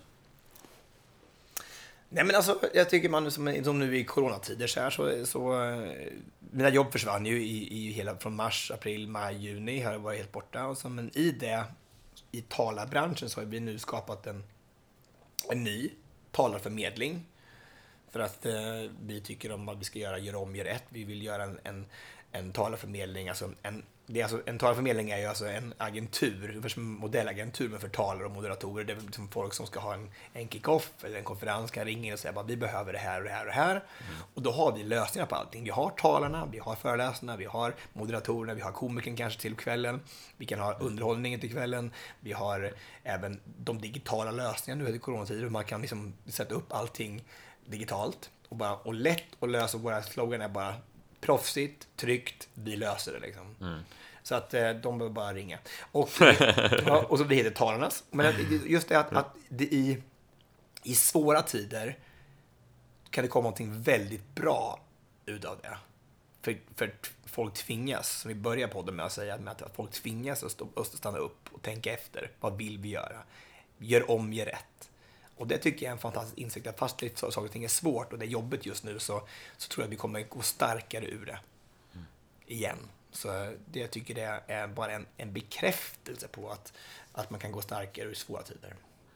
[SPEAKER 2] Nej, men alltså, jag tycker man som, som nu i coronatider så här, så, så mina jobb försvann ju i, i hela, från mars, april, maj, juni har jag varit helt borta. Och så, men i det, i talarbranschen så har vi nu skapat en, en ny talarförmedling. För att eh, vi tycker om att vi ska göra gör om, gör rätt. Vi vill göra en, en, en talarförmedling, alltså en Det är alltså, en talarförmedling är ju alltså en agentur, en modellagentur med för talare och moderatorer. Det är liksom folk som ska ha en, en kick-off eller en konferens, kan ringa in och säga att vi behöver det här och det här och det här. Mm. Och då har vi lösningar på allting. Vi har talarna, vi har föreläsarna, vi har moderatorerna, vi har komikern kanske till kvällen. Vi kan ha underhållningen till kvällen. Vi har även de digitala lösningarna nu i coronatider. Man kan liksom sätta upp allting digitalt och, bara, och lätt att lösa. Våra slogan är bara proffsigt, tryggt, vi löser det liksom.
[SPEAKER 1] Mm.
[SPEAKER 2] Så att eh, de behöver bara ringa. Och, ja, och så blir det talarnas. Men just det att, att det i, i svåra tider kan det komma någonting väldigt bra ut av det. För, för folk tvingas, som vi börjar podden med att säga, med att folk tvingas att, stå, att stanna upp och tänka efter. Vad vill vi göra? Gör om, gör rätt. Och det tycker jag är en fantastisk insikt. Att fast lite saker och ting är svårt och det är jobbigt just nu så, så tror jag att vi kommer gå starkare ur det. Mm. Igen. Så det jag tycker det är bara en, en bekräftelse på att, att man kan gå starkare ur svåra tider.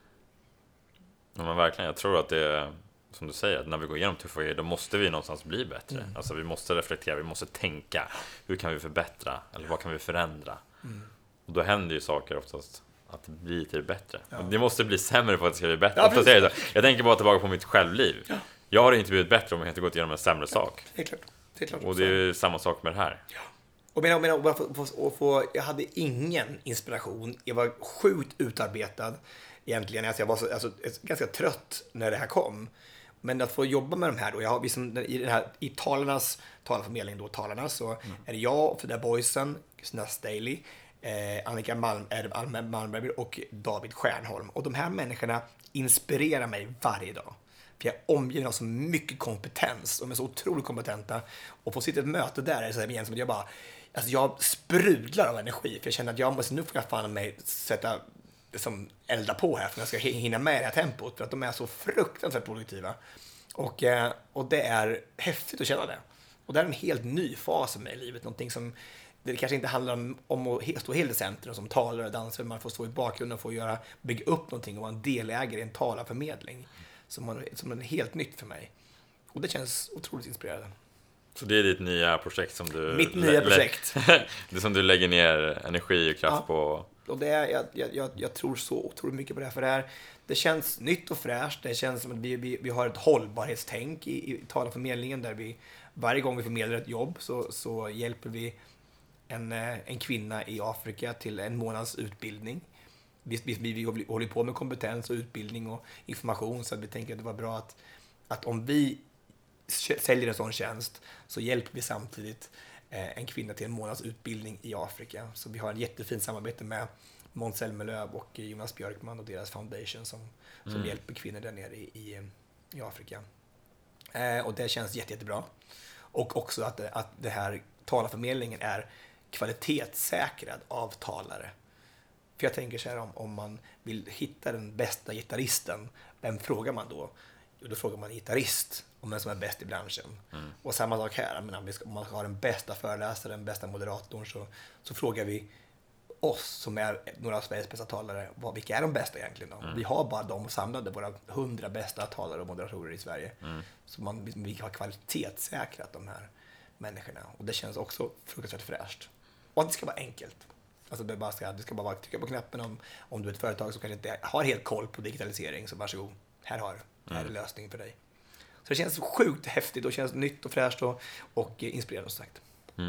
[SPEAKER 1] Ja, men verkligen. Jag tror att det är, som du säger, att när vi går igenom tuffa grejer, då måste vi någonstans bli bättre. Mm. Alltså vi måste reflektera, vi måste tänka. Hur kan vi förbättra? Eller vad kan vi förändra? Mm. Och då händer ju saker oftast att det blir till det bättre. Ja. Det måste bli sämre för att det ska bli bättre. Ja, oftast är det så. Jag tänker bara tillbaka på mitt självliv. Ja. Jag har inte blivit bättre om jag inte gått igenom en sämre ja, sak.
[SPEAKER 2] Det är klart. Det är klart.
[SPEAKER 1] Och det är ju samma sak med det här.
[SPEAKER 2] Ja. Och men, men, och få, få, få, jag hade ingen inspiration. Jag var sjukt utarbetad egentligen. Alltså jag var så, alltså, ganska trött när det här kom. Men att få jobba med de här då. Jag har, liksom, i, den här, i talarnas talarförmedling då, talarna, så mm. är det jag och Frida Boysen, Kristina Staley, eh, Annika Malm, Malmberg och David Stjernholm. Och de här människorna inspirerar mig varje dag. För jag är omgiven av så mycket kompetens. Och de är så otroligt kompetenta. Och få sitta i ett möte där är det så här igen som att jag bara... Alltså jag sprudlar av energi. För jag känner att jag måste, nu får jag fan mig sätta... Som elda på här för att jag ska hinna med det här tempot. För att de är så fruktansvärt produktiva. Och, och det är häftigt att känna det. Och det är en helt ny fas med i livet. Någonting som det kanske inte handlar om, om att stå helt i centrum som talare och dansare. Man får stå i bakgrunden och få göra, bygga upp någonting och vara en delägare i en talarförmedling. Som, man, som är helt nytt för mig. Och det känns otroligt inspirerande.
[SPEAKER 1] Så det är ditt nya projekt som du...
[SPEAKER 2] Mitt nya projekt.
[SPEAKER 1] Det som du lägger ner energi och kraft ja. på...
[SPEAKER 2] Och det är, jag, jag, jag tror så otroligt mycket på det här. För det, här, det känns nytt och fräscht. Det känns som att vi, vi, vi har ett hållbarhetstänk i, i talarförmedlingen. Där vi varje gång vi förmedlar ett jobb så, så hjälper vi en, en kvinna i Afrika till en månads utbildning. Vi, vi, vi håller på med kompetens och utbildning och information. Så att vi tänker att det var bra att, att om vi säljer en sån tjänst så hjälper vi samtidigt en kvinna till en månads utbildning i Afrika. Så vi har en jättefint samarbete med Måns Zelmerlöw och Jonas Björkman och deras foundation som, som mm. hjälper kvinnor där nere i, i, i Afrika. Eh, och det känns jätte, jättebra. Och också att, att det här talarförmedlingen är kvalitetssäkrad av talare. För jag tänker så här, om, om man vill hitta den bästa gitarristen, vem frågar man då? Jo, då frågar man gitarrist om vem som är bäst i branschen. Mm. Och samma sak här, men om man ska ha den bästa föreläsaren, den bästa moderatorn, så, så frågar vi oss som är några av Sveriges bästa talare, vad, vilka är de bästa egentligen då? Mm. Vi har bara de samlade, våra hundra bästa talare och moderatorer i Sverige. Mm. Så man, vi har kvalitetssäkrat de här människorna. Och det känns också fruktansvärt fräscht. Och att det ska vara enkelt. Alltså det, bara ska, det ska bara vara trycka på knappen om, om du är ett företag som kanske inte har helt koll på digitalisering, så varsågod, här har du. Här är lösningen för dig. Så det känns sjukt häftigt och känns nytt och fräscht och, och inspirerande som sagt.
[SPEAKER 1] Mm.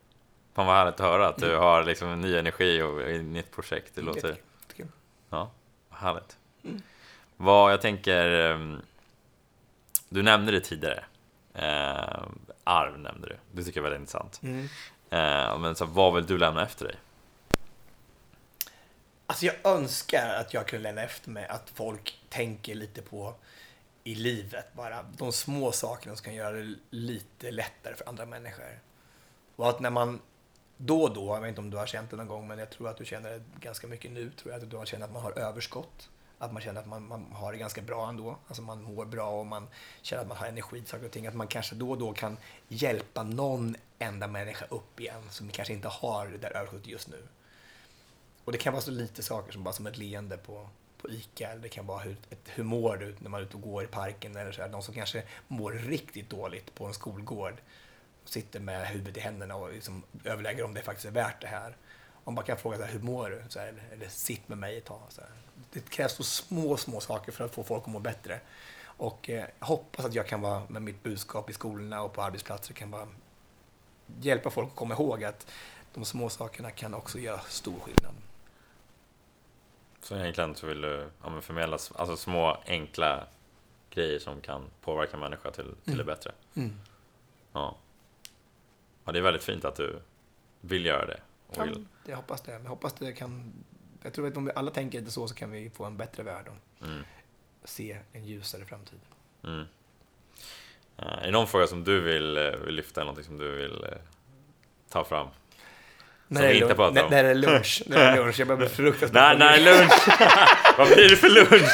[SPEAKER 1] Fan vad härligt att höra att du mm. har liksom en ny energi och ett nytt projekt. Det låter...
[SPEAKER 2] Jättekul. Jättekul.
[SPEAKER 1] Ja, härligt. Mm. Vad jag tänker... Du nämnde det tidigare. Eh, arv nämnde du. Det tycker jag är väldigt intressant. Mm. Eh, men så, vad vill du lämna efter dig?
[SPEAKER 2] Alltså jag önskar att jag kunde lämna efter mig att folk tänker lite på i livet bara. De små sakerna som kan göra det lite lättare för andra människor. Och att när man då och då, jag vet inte om du har känt det någon gång, men jag tror att du känner det ganska mycket nu, tror jag att du har känt att man har överskott. Att man känner att man, man har det ganska bra ändå. Alltså man mår bra och man känner att man har energi, saker och ting. Att man kanske då och då kan hjälpa någon enda människa upp igen som kanske inte har det där överskottet just nu. Och det kan vara så lite saker som bara som ett leende på, på Ica. Eller det kan vara hur, ett, hur mår du när man är ute och går i parken. Eller så här. De som kanske mår riktigt dåligt på en skolgård och sitter med huvudet i händerna och liksom överlägger om det faktiskt är värt det här. Om man kan fråga så här, hur mår du? Så här, eller, eller sitt med mig ett tag. Så här. Det krävs så små, små saker för att få folk att må bättre. Och eh, jag hoppas att jag kan vara med mitt budskap i skolorna och på arbetsplatser kan bara hjälpa folk att komma ihåg att de små sakerna kan också göra stor skillnad.
[SPEAKER 1] Så egentligen så vill du ja, förmedla alltså små enkla grejer som kan påverka människor till, till mm. det bättre. Mm. Ja. Ja, det är väldigt fint att du vill göra det. och vill.
[SPEAKER 2] Ja, jag hoppas det. Jag hoppas det kan... Jag tror att om vi alla tänker lite så så kan vi få en bättre värld och mm. se en ljusare framtid.
[SPEAKER 1] Mm. Uh, är det någon fråga som du vill, uh, vill lyfta eller någonting som du vill uh, ta fram?
[SPEAKER 2] När det, inte när, när det är lunch. När det är lunch. Jag börjar bli fruktansvärt.
[SPEAKER 1] Nej, när det är lunch. Vad blir det för lunch?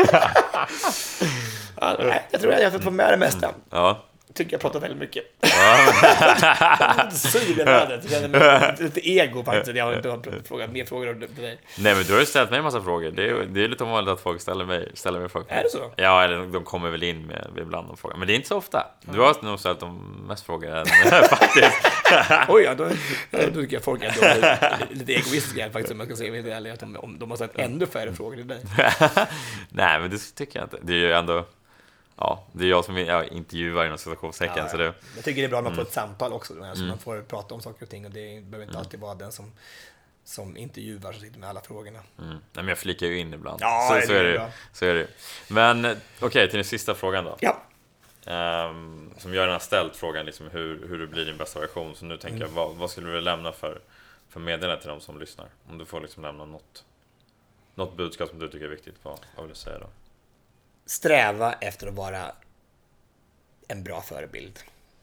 [SPEAKER 2] Ja, nej, jag tror att jag har fått få med det mesta.
[SPEAKER 1] Ja.
[SPEAKER 2] Jag tycker jag pratar väldigt mycket. Ja. Syr i rödet. Jag känner mig lite ego faktiskt. Jag har inte frågat mer frågor om dig.
[SPEAKER 1] Nej, men du har ju ställt mig en massa frågor. Det är, det är lite ovanligt att folk ställer mig, ställer mig frågor.
[SPEAKER 2] Är det så?
[SPEAKER 1] Ja, eller de kommer väl in med ibland de frågor. Men det är inte så ofta. Du har nog ställt de mest frågor än faktiskt.
[SPEAKER 2] Oj, ja, då, då tycker jag folk är lite, lite egoistiska faktiskt, om man ska säga helt ärligt, om, om de har ställt ännu färre frågor till dig.
[SPEAKER 1] Nej, men det tycker jag inte. Det är ju ändå... Ja, det är jag som jag intervjuar inom situationstecken.
[SPEAKER 2] Ja,
[SPEAKER 1] så det...
[SPEAKER 2] Jag tycker det är bra att man får ett samtal också. Då, alltså mm. Man får prata om saker och ting. Och det behöver inte mm. alltid vara den som, som intervjuar som sitter med alla frågorna.
[SPEAKER 1] Mm. Nej, men jag flikar ju in ibland.
[SPEAKER 2] Ja,
[SPEAKER 1] så,
[SPEAKER 2] det
[SPEAKER 1] så, är det, så är det. Men okej, okay, till den sista frågan då.
[SPEAKER 2] Ja.
[SPEAKER 1] Um, som jag redan har ställt frågan liksom, hur, hur du blir din bästa version. Så nu tänker mm. jag, vad, vad skulle du lämna för, för meddelande till de som lyssnar? Om du får liksom lämna något, något budskap som du tycker är viktigt. Vad, vad vill du säga då?
[SPEAKER 2] Sträva efter att vara en bra förebild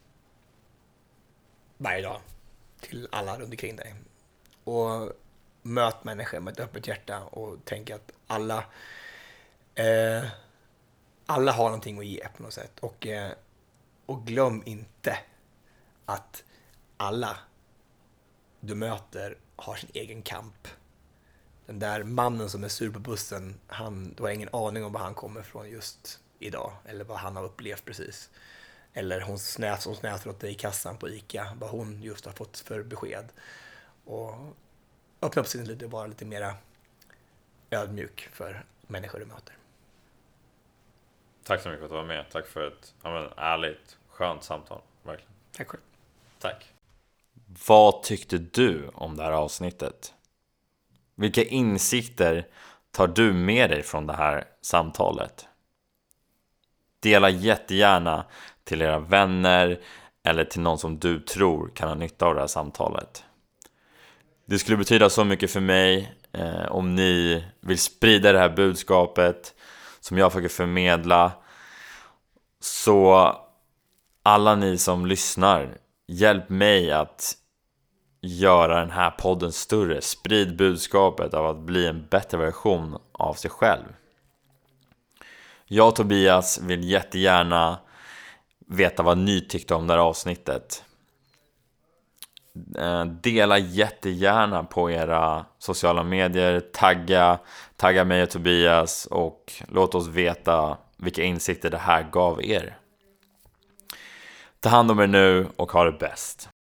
[SPEAKER 2] varje dag till alla runt omkring dig. Och möt människor med ett öppet hjärta och tänk att alla eh, alla har någonting att ge på något sätt. Och, eh, och glöm inte att alla du möter har sin egen kamp. Den där mannen som är sur på bussen, han, du har ingen aning om var han kommer från just idag. Eller vad han har upplevt precis. Eller hon snäs, som snäser åt dig i kassan på ICA. Vad hon just har fått för besked. Och öppna upp sin lite och vara lite mera ödmjuk för människor du möter.
[SPEAKER 1] Tack så mycket för att du var med. Tack för ett ja, men, ärligt, skönt samtal. Verkligen.
[SPEAKER 2] Tack själv.
[SPEAKER 1] Tack. Vad tyckte du om det här avsnittet? Vilka insikter tar du med dig från det här samtalet? Dela jättegärna till era vänner eller till någon som du tror kan ha nytta av det här samtalet. Det skulle betyda så mycket för mig eh, om ni vill sprida det här budskapet som jag försöker förmedla. Så alla ni som lyssnar, hjälp mig att göra den här podden större. Sprid budskapet av att bli en bättre version av sig själv. Jag och Tobias vill jättegärna veta vad ni tyckte om det här avsnittet. Dela jättegärna på era sociala medier. Tagga, tagga mig och Tobias och låt oss veta vilka insikter det här gav er. Ta hand om er nu och ha det bäst.